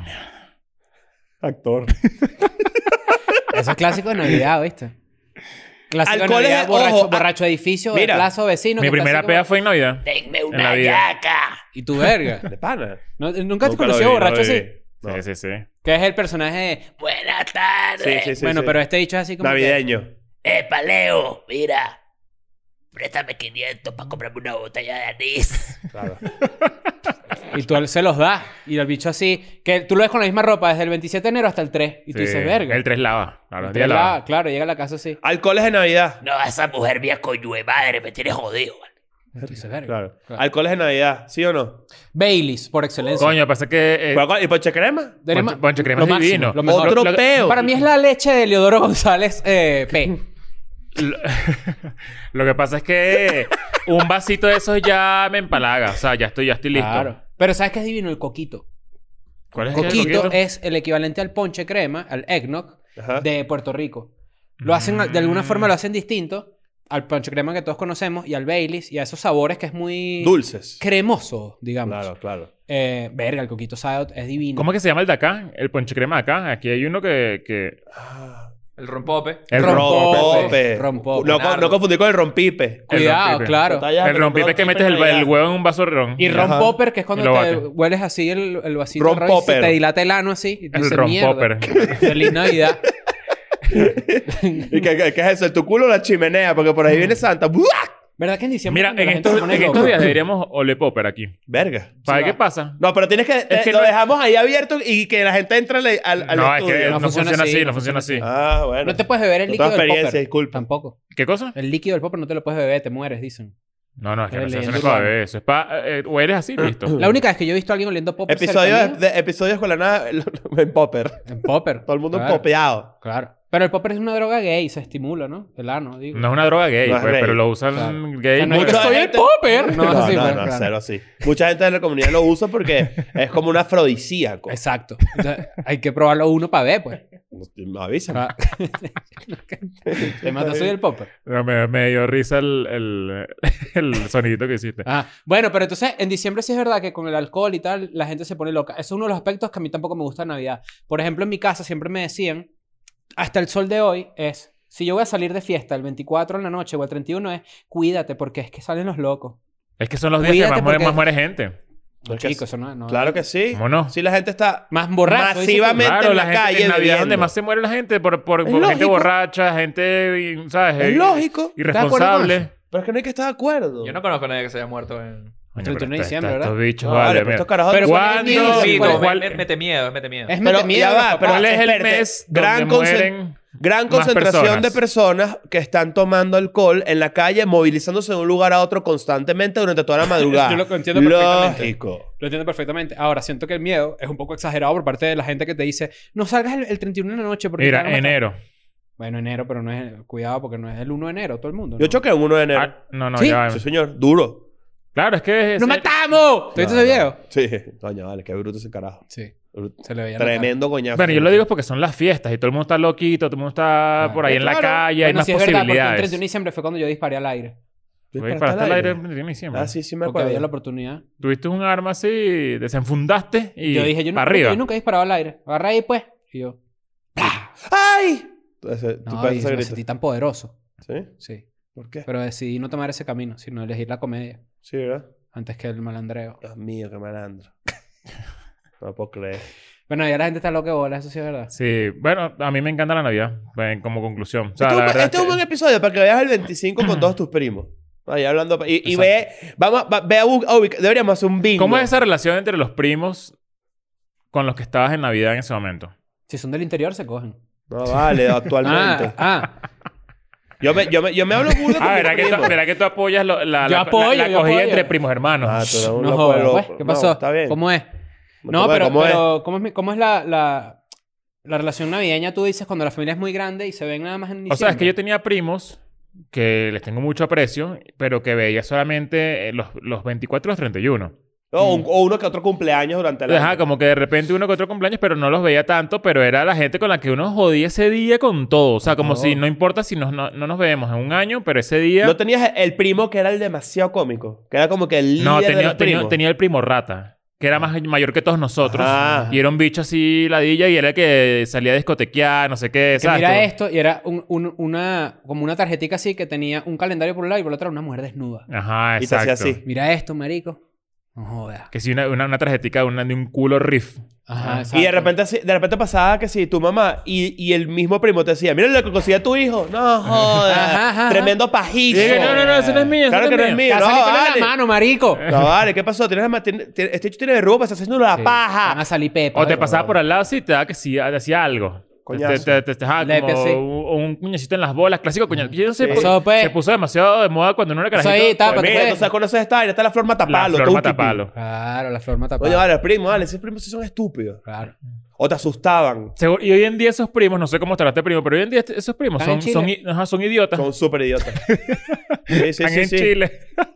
Actor. Eso es clásico de Navidad, ¿viste? Clásico de Alcoholes Navidad, de- borracho, ojo, borracho de edificio, de mira, plaza o vecino. Mi que está primera así peda como- fue en Navidad. Denme En la vida. Y tu verga. De pana. ¿No- ¿Nunca te Nunca lo conoció vi, borracho no lo así? vi. No. Sí, sí, sí. Que es el personaje de Buenas tardes. Sí, sí, sí, bueno, sí. pero este dicho es así como que- Navideño. Epa, Leo, mira. Préstame quinientos para comprarme una botella de anís. Claro. Y tú se los das. Y el bicho así... Que tú lo ves con la misma ropa desde el veintisiete de enero hasta el tres. Y tú Sí. dices, verga. El tres lava. A los El días tres lava. la- Claro, llega a la casa así. Alcoholes de Navidad. No, esa mujer mía, coño de madre, me tiene jodido. ¿vale? Y tú dices, verga. Claro. Claro. Alcoholes de Navidad. ¿Sí o no? Baileys, por excelencia. Coño, pasa que... eh, ¿Pero cuál? ¿Y ponche crema? Tenemos- Ponche- Ponche crema lo es máximo, divino. lo mejor. Otro Lo- lo- peo. Para mí es la leche de Leodoro González eh, P. Lo, lo que pasa es que un vasito de esos ya me empalaga. O sea, ya estoy, ya estoy listo. Claro. Pero ¿sabes qué es divino? El coquito. ¿Cuál es Coquito, el coquito? es el equivalente al ponche crema, al eggnog, Ajá. de Puerto Rico. Lo hacen, de alguna forma lo hacen distinto al ponche crema que todos conocemos y al Baileys y a esos sabores que es muy... Dulces. cremoso, digamos. Claro, claro. Eh, verga, el coquito sabe, es divino. ¿Cómo es que se llama el de acá? El ponche crema de acá. Aquí hay uno que... que... El rompope. El Rompope. Rompope. Rompope. No, co- no confundir con el rompipe. Cuidado, rompipe. claro. El rompipe es que metes el, el huevo en un vaso de ron. Y rom Ajá. popper, que es cuando Y lo te bate. hueles así el, el vasito Rom de ron y se popper. te dilata el ano así. Y El dices, rom "Mierda, popper". Feliz Navidad. ¿Y qué, qué- qué es eso? ¿El tu culo o la chimenea? Porque por ahí viene Santa. ¡Buah! ¿Verdad que en diciembre Mira, cuando en la gente estos, se pone en estos loca? días deberíamos ole popper aquí. Verga. ¿Para Sí, qué va. pasa? No, pero tienes que... te- que lo no- dejamos ahí abierto y que la gente entre al, al, al No, es estudio. que no, No funciona funciona así, así, no no funciona así. Ah, bueno. No te puedes beber el No líquido tengo del experiencia, popper. disculpa. Tampoco. ¿Qué cosa? El líquido del popper no te lo puedes beber, te mueres, dicen. No, no, es que Eres no, eso no leyenda es para urbana. beber. Eso es para... Eh, o eres así, listo. La única vez que yo he visto a alguien oliendo popper cerca Episodios, mío, de, episodios con la nada en popper. en popper. Todo el mundo claro, popeado. Claro. Pero el popper es una droga gay, se estimula, ¿no? El ano, digo. No es una droga gay, No es pues, gay. pero lo usan Claro. gay. O sea, no es que Mucha soy el gente- popper. No, No, así, no, bueno, no, claro. cero así. Mucha gente de la comunidad lo usa porque es como un afrodisíaco. Exacto. Entonces, hay que probarlo uno para ver, pues. Me avisan. Para- Te mata, soy el popper. No, me, me dio risa el, el, el sonidito que hiciste. Ah, bueno, pero entonces en diciembre sí es verdad que con el alcohol y tal la gente se pone loca. Eso es uno de los aspectos que a mí tampoco me gusta de Navidad. Por ejemplo, en mi casa siempre me decían, hasta el sol de hoy es, si yo voy a salir de fiesta el veinticuatro en la noche o el treinta y uno es, cuídate porque es que salen los locos. Es que son los días que Cuídate más muere, porque- más muere gente. No, es que- Chicos, eso no, no- Claro que sí. ¿Cómo no? Sí, la gente está Más borracho. dices tú. masivamente Claro, en la la, gente, calle en Navidad bebiendo. donde más se muere la gente por, por, Es por gente lógico. borracha, gente, ¿sabes? Es Eh, lógico. ¿Estás de acuerdo con irresponsable. eso? Pero es que no hay que estar de acuerdo. Yo no conozco a nadie que se haya muerto en... Coño, treinta y uno de pero diciembre, estos- ¿verdad? Estos bichos, No, vale, vale, pero mira. estos carajos... Pero ¿Cuál- ¿cuál- ¿Cuándo? ¿cuál- Sí, cuál- como cuál- me- mete miedo, mete miedo. Es Pero mete miedo, ya va, papá. pero ¿Cuál es el espérate, mes gran donde concent- mueren Gran más concentración personas? de personas que están tomando alcohol en la calle, movilizándose de un lugar a otro constantemente durante toda la madrugada. Yo lo entiendo perfectamente. Lógico. Lo entiendo perfectamente. Ahora, siento que el miedo es un poco exagerado por parte de la gente que te dice, no salgas el, el treinta y uno de la noche porque... te Mira, van a matar". enero. Bueno, enero, pero no es... Cuidado porque no es el uno de enero, todo el mundo. Yo ¿no? choqué en uno de enero. Ah, no, no, ¿Sí? ya va. Sí, señor. Duro. Claro, es que... es- ¡Nos matamos! ¿Tú viste No, ese no. video? Sí. Coño, vale. Qué bruto ese carajo. Sí. Bruto. Se le veía la cara. Tremendo coñazo. Bueno, yo lo digo porque son las fiestas y todo el mundo está loquito, todo el mundo está Ah, por ahí en la claro. calle, hay Bueno, más sí es verdad, porque el posibilidades. treinta y uno de diciembre fue cuando yo disparé al aire. ¿Tú Oye, disparaste para estar al al aire aire? el treinta y uno de diciembre. Ah, sí, sí me Porque acuerdo. había la oportunidad. Tuviste un arma así, desenfundaste y Yo dije, yo, no, para arriba. yo nunca he disparado al aire. Agarra ahí, pues. Y yo, ¡Ay! Entonces, tú no, pasas y ese me grito. sentí tan poderoso. ¿Sí? Sí. ¿Por qué? Pero decidí no tomar ese camino, sino elegir la comedia Sí, ¿verdad? antes que el malandreo. Dios mío, qué malandro. No lo puedo creer. Bueno, ya la gente está loca de bola, eso sí es verdad. Sí, bueno, a mí me encanta la Navidad, en- como conclusión. O sea, este la es un- verdad este es un que- buen episodio para que veas el veinticinco con todos tus primos. Ahí hablando. Y, y Exacto. ve. Vamos a, va- ve a, bu- a ubicar- deberíamos hacer un bingo. ¿Cómo es esa relación entre los primos con los que estabas en Navidad en ese momento? Si son del interior, se cogen. No vale, actualmente. Ah, ah. Yo, me, yo, me, yo me hablo burda con Ah, mis ¿verdad que, tú, primos. ¿verdad que tú apoyas lo- la, Yo la, apoyo, la, la yo acogida apoyo. entre primos hermanos? Ah, tú eres un No loco de jodas, loco. pues. ¿Qué No, pasó? está bien. ¿Cómo es? ¿Cómo No, es? pero, ¿Cómo es? pero ¿cómo es, mi- cómo es la, la, la relación navideña? Tú dices cuando la familia es muy grande y se ven nada más en diciembre. O sea, es que yo tenía primos que les tengo mucho aprecio, pero que veía solamente eh, los, los veinticuatro y los treinta y uno. O, un- o uno que otro cumpleaños durante el año. Ajá, como que de repente uno que otro cumpleaños, pero no los veía tanto, pero era la gente con la que uno jodía ese día con todo. O sea, como todo. si no importa si nos- no, no nos vemos en un año, pero ese día... ¿No tenías el primo que era el demasiado cómico? Que era como que el líder No, de tenía, los tenía, primos. tenía el primo rata, que era más mayor que todos nosotros. Ajá. Y era un bicho así ladilla y era el que salía a discotequear, no sé qué, Que ¿sabes? mira Como- esto y era un, un- una, como una tarjetica así que tenía un calendario por un lado y por el otro una mujer desnuda. Ajá, Y te hacía exacto. así. Mira esto, marico. No jodas. Que sí, una, una, una tarjetica de, una- de un culo riff. Ajá, Y exacto. de repente, así- de repente pasaba que si tu mamá y, y el mismo primo te decía, mira lo que consiguió tu hijo. No jodas. Ajá, ajá, Tremendo Y pajizo. dije, no, no, no, ese no es mío, ese Claro que no es mío. mío. Te No, vas a salir con vale. la mano, marico. No, vale. ¿Qué pasó? ¿Tienes, la- tiene- tiene- este hecho tiene verruga, está haciendo la Sí. paja. Van a salir pepas. O te pasaba por al lado así y te daba que sí, hacía algo. Coñazo. Te, te, te, te- ajá, Lepe, como sí. un, un puñecito en las bolas, clásico coñazo. Yo no sé Sí. por- Eso, pues. se puso demasiado de moda cuando uno era Eso carajito. ahí, tapa, Pues te mira, puedes- tú sabes, conoces esta vaina. Está la flor La matapalo. flor tú, matapalo. Claro, la flor mata Oye, vale, primo, vale. Esos primos sí son estúpidos. Claro. O te asustaban. Seguro- y hoy en día esos primos, no sé cómo estará este primo, pero hoy en día este- esos primos ¿Están son, en son, Chile? i- ajá, son idiotas. Son súper idiotas. Sí, sí, Están sí, en sí. Chile.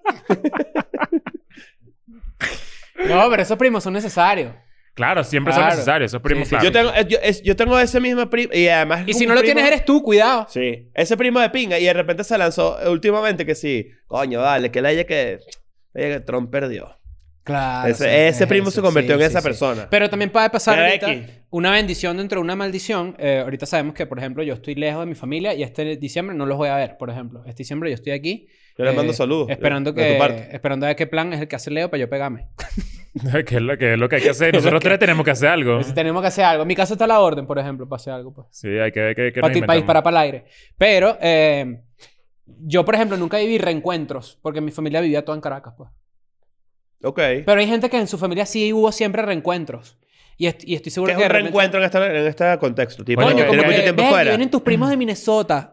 No, pero esos primos son necesarios. Claro, siempre Claro. son necesarios esos primos. Sí, sí. claro. Yo tengo, eh, yo, es- yo tengo ese mismo primo. Y además. Y es si un no lo primo- tienes, eres tú, cuidado. Sí. Ese primo de pinga. Y de repente se lanzó eh, últimamente que sí. Coño, dale, que la haya que. Ella que Trump perdió. Claro. ese sí, ese es primo eso, se convirtió sí, en sí, esa sí. persona. Pero también puede pasar Pero ahorita X. una bendición dentro de una maldición. Eh, ahorita sabemos que, por ejemplo, yo estoy lejos de mi familia y este diciembre no los voy a ver, por ejemplo. Este diciembre yo estoy aquí. Yo le eh, mando saludos. Esperando, de- de que, tu parte. esperando a ver qué plan es el que hace Leo para yo pegarme. que, es lo, que es lo que hay que hacer. Nosotros tres tenemos que hacer algo. Si tenemos que hacer algo. En mi caso está la orden, por ejemplo, para hacer algo. Pues. Sí, hay que ver que, que Para nos ti, para inventamos. disparar para el aire. Pero eh, yo, por ejemplo, nunca viví reencuentros porque mi familia vivía toda en Caracas, pues. Ok. Pero hay gente que en su familia sí hubo siempre reencuentros. Y, est- y estoy seguro ¿Qué es que... un de repente- reencuentro en este, en este contexto? Tipo, Coño, Coño, que como tiene que, mucho tiempo "Ven, que fuera. vienen tus primos de Minnesota.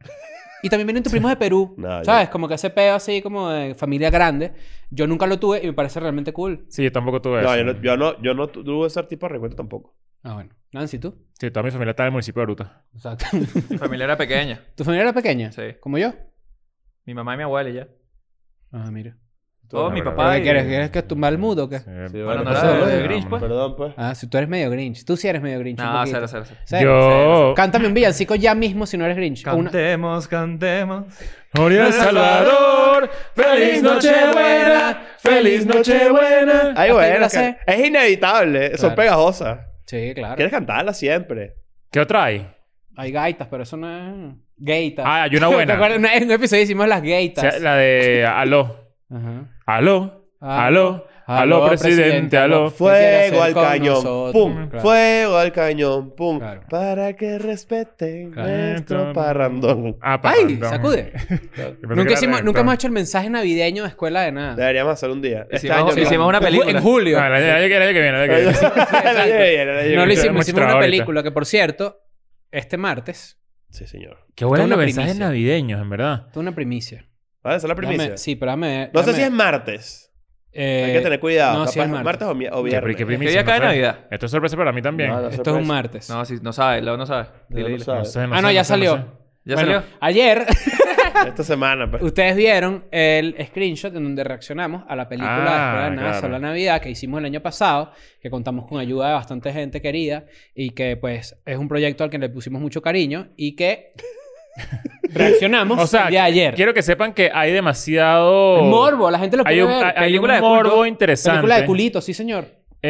Y también vienen tus primos de Perú. No, yo- ¿Sabes? Como que ese peo así como de familia grande. Yo nunca lo tuve y me parece realmente cool. Sí, yo tampoco tuve No, eso. yo no, yo no, yo no tuve ese tipo de reencuentro tampoco. Ah, bueno. Nancy, ¿tú? Sí, toda mi familia está en el municipio de Bruta. Exacto. Mi familia era pequeña. ¿Tu familia era pequeña? Sí. ¿Como yo? Mi mamá y mi abuela y ya. Ah, mira. Todo No, mi pero- papá. ¿Qué y- quieres? ¿Quieres que tumba el mudo o qué? Sí. Bueno, no perdón, era de eh, Grinch, pues. Perdón, pues. Ah, si tú eres medio Grinch. Tú sí eres medio Grinch. un No, poquito. cero, cero, cero. ¿Serio? Yo... Cántame un villancico ya mismo si no eres Grinch. O una- Cantemos, cantemos. Gloria al Salvador, feliz Nochebuena, feliz Nochebuena. Ay, Hasta bueno, yo la que- sé. es inevitable. Son Claro. pegajosas. Sí, claro. Quieres cantarla siempre. ¿Qué otra hay? Hay gaitas, pero eso no es... Gaitas. Ah, hay una ¿Te buena. acuerdas? En un episodio hicimos las O gaitas. sea, la de Aló. Ajá. Aló. Ah, Aló. Aló, presidente. Aló. ¿Qué quiere Fuego hacer al con cañón. nosotros? Pum. Claro. Fuego al cañón. Pum. Claro. Para que respeten Claro. nuestro parrandón. Ah, ¡Ay! perdón. ¡Sacude! Yo pensé que Nunca, era hicimos, nunca reggaetón. hemos hecho el mensaje navideño de escuela de nada. Deberíamos hacer un día. Este Hicimos, año no. hicimos una En ju- película. En julio. Ah, el año el año que el año que viene. el año que viene. El año que viene, el año que No lo viene. hicimos, hemos hicimos una ahorita. película que, por cierto, este martes, Sí, señor. Qué buenos Toda los una mensajes primicia. navideños, en verdad. tuve una primicia. ¿Vale? Esa es la Déjame- primicia. sí, pero déjame... No sé déjame- si es martes. eh, Hay que tener cuidado. no, Capaz sí es martes. martes o, mi- o ¿Qué, viernes. qué ¿Qué primicia? día No cae sé. Navidad? Esto es sorpresa para mí también. No, no. Esto es un martes. No, sí, no sabe. Luego no sabe. Dile, No lo dile. sabe. No sé, no ah, sé, no, ya sé, salió. sé. ¿Ya Bueno, salió? Ayer Esta semana, pues. ustedes vieron el screenshot en donde reaccionamos a la película de Ah, Escuela de Nada claro. sobre la Navidad que hicimos el año pasado, que contamos con ayuda de bastante gente querida y que pues es un proyecto al que le pusimos mucho cariño y que reaccionamos O sea, el día de ayer. quiero que sepan que hay demasiado... El morbo, la gente lo Hay quiere un, ver. hay- hay un Película de morbo culto. interesante. Película de culito, sí señor.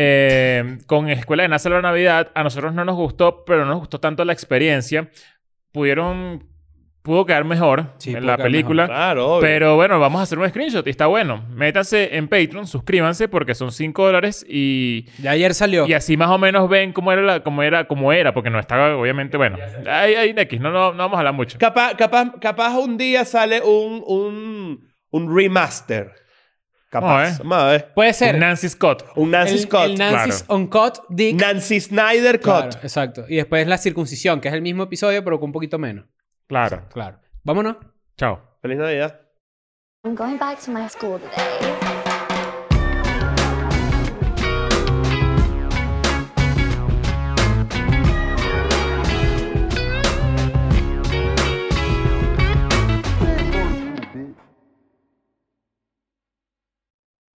Eh, con Escuela de Nada la Navidad, a nosotros no nos gustó, pero no nos gustó tanto la experiencia. Pudieron... Pudo quedar mejor Sí, en pudo la quedar película. Claro, obvio. Pero bueno, vamos a hacer un screenshot y está bueno. Métanse en Patreon, suscríbanse porque son cinco dólares y... Ya ayer salió. Y así más o menos ven cómo era, la, cómo era, cómo era, porque no estaba, obviamente, bueno. Hay, hay X, no, no, no vamos a hablar mucho. Capaz, capaz, capaz un día sale un, un, un remaster. Capaz. No, ¿eh? Vamos a ver. Puede ser. Un Nancy Scott. Un Nancy el, Scott. el Nancy's Uncut Dick. Nancy Snyder Claro, Cut. exacto. Y después la circuncisión, que es el mismo episodio, pero con un poquito menos. Claro. Claro. Vámonos. Chao. Feliz Navidad. I'm going back to my school today.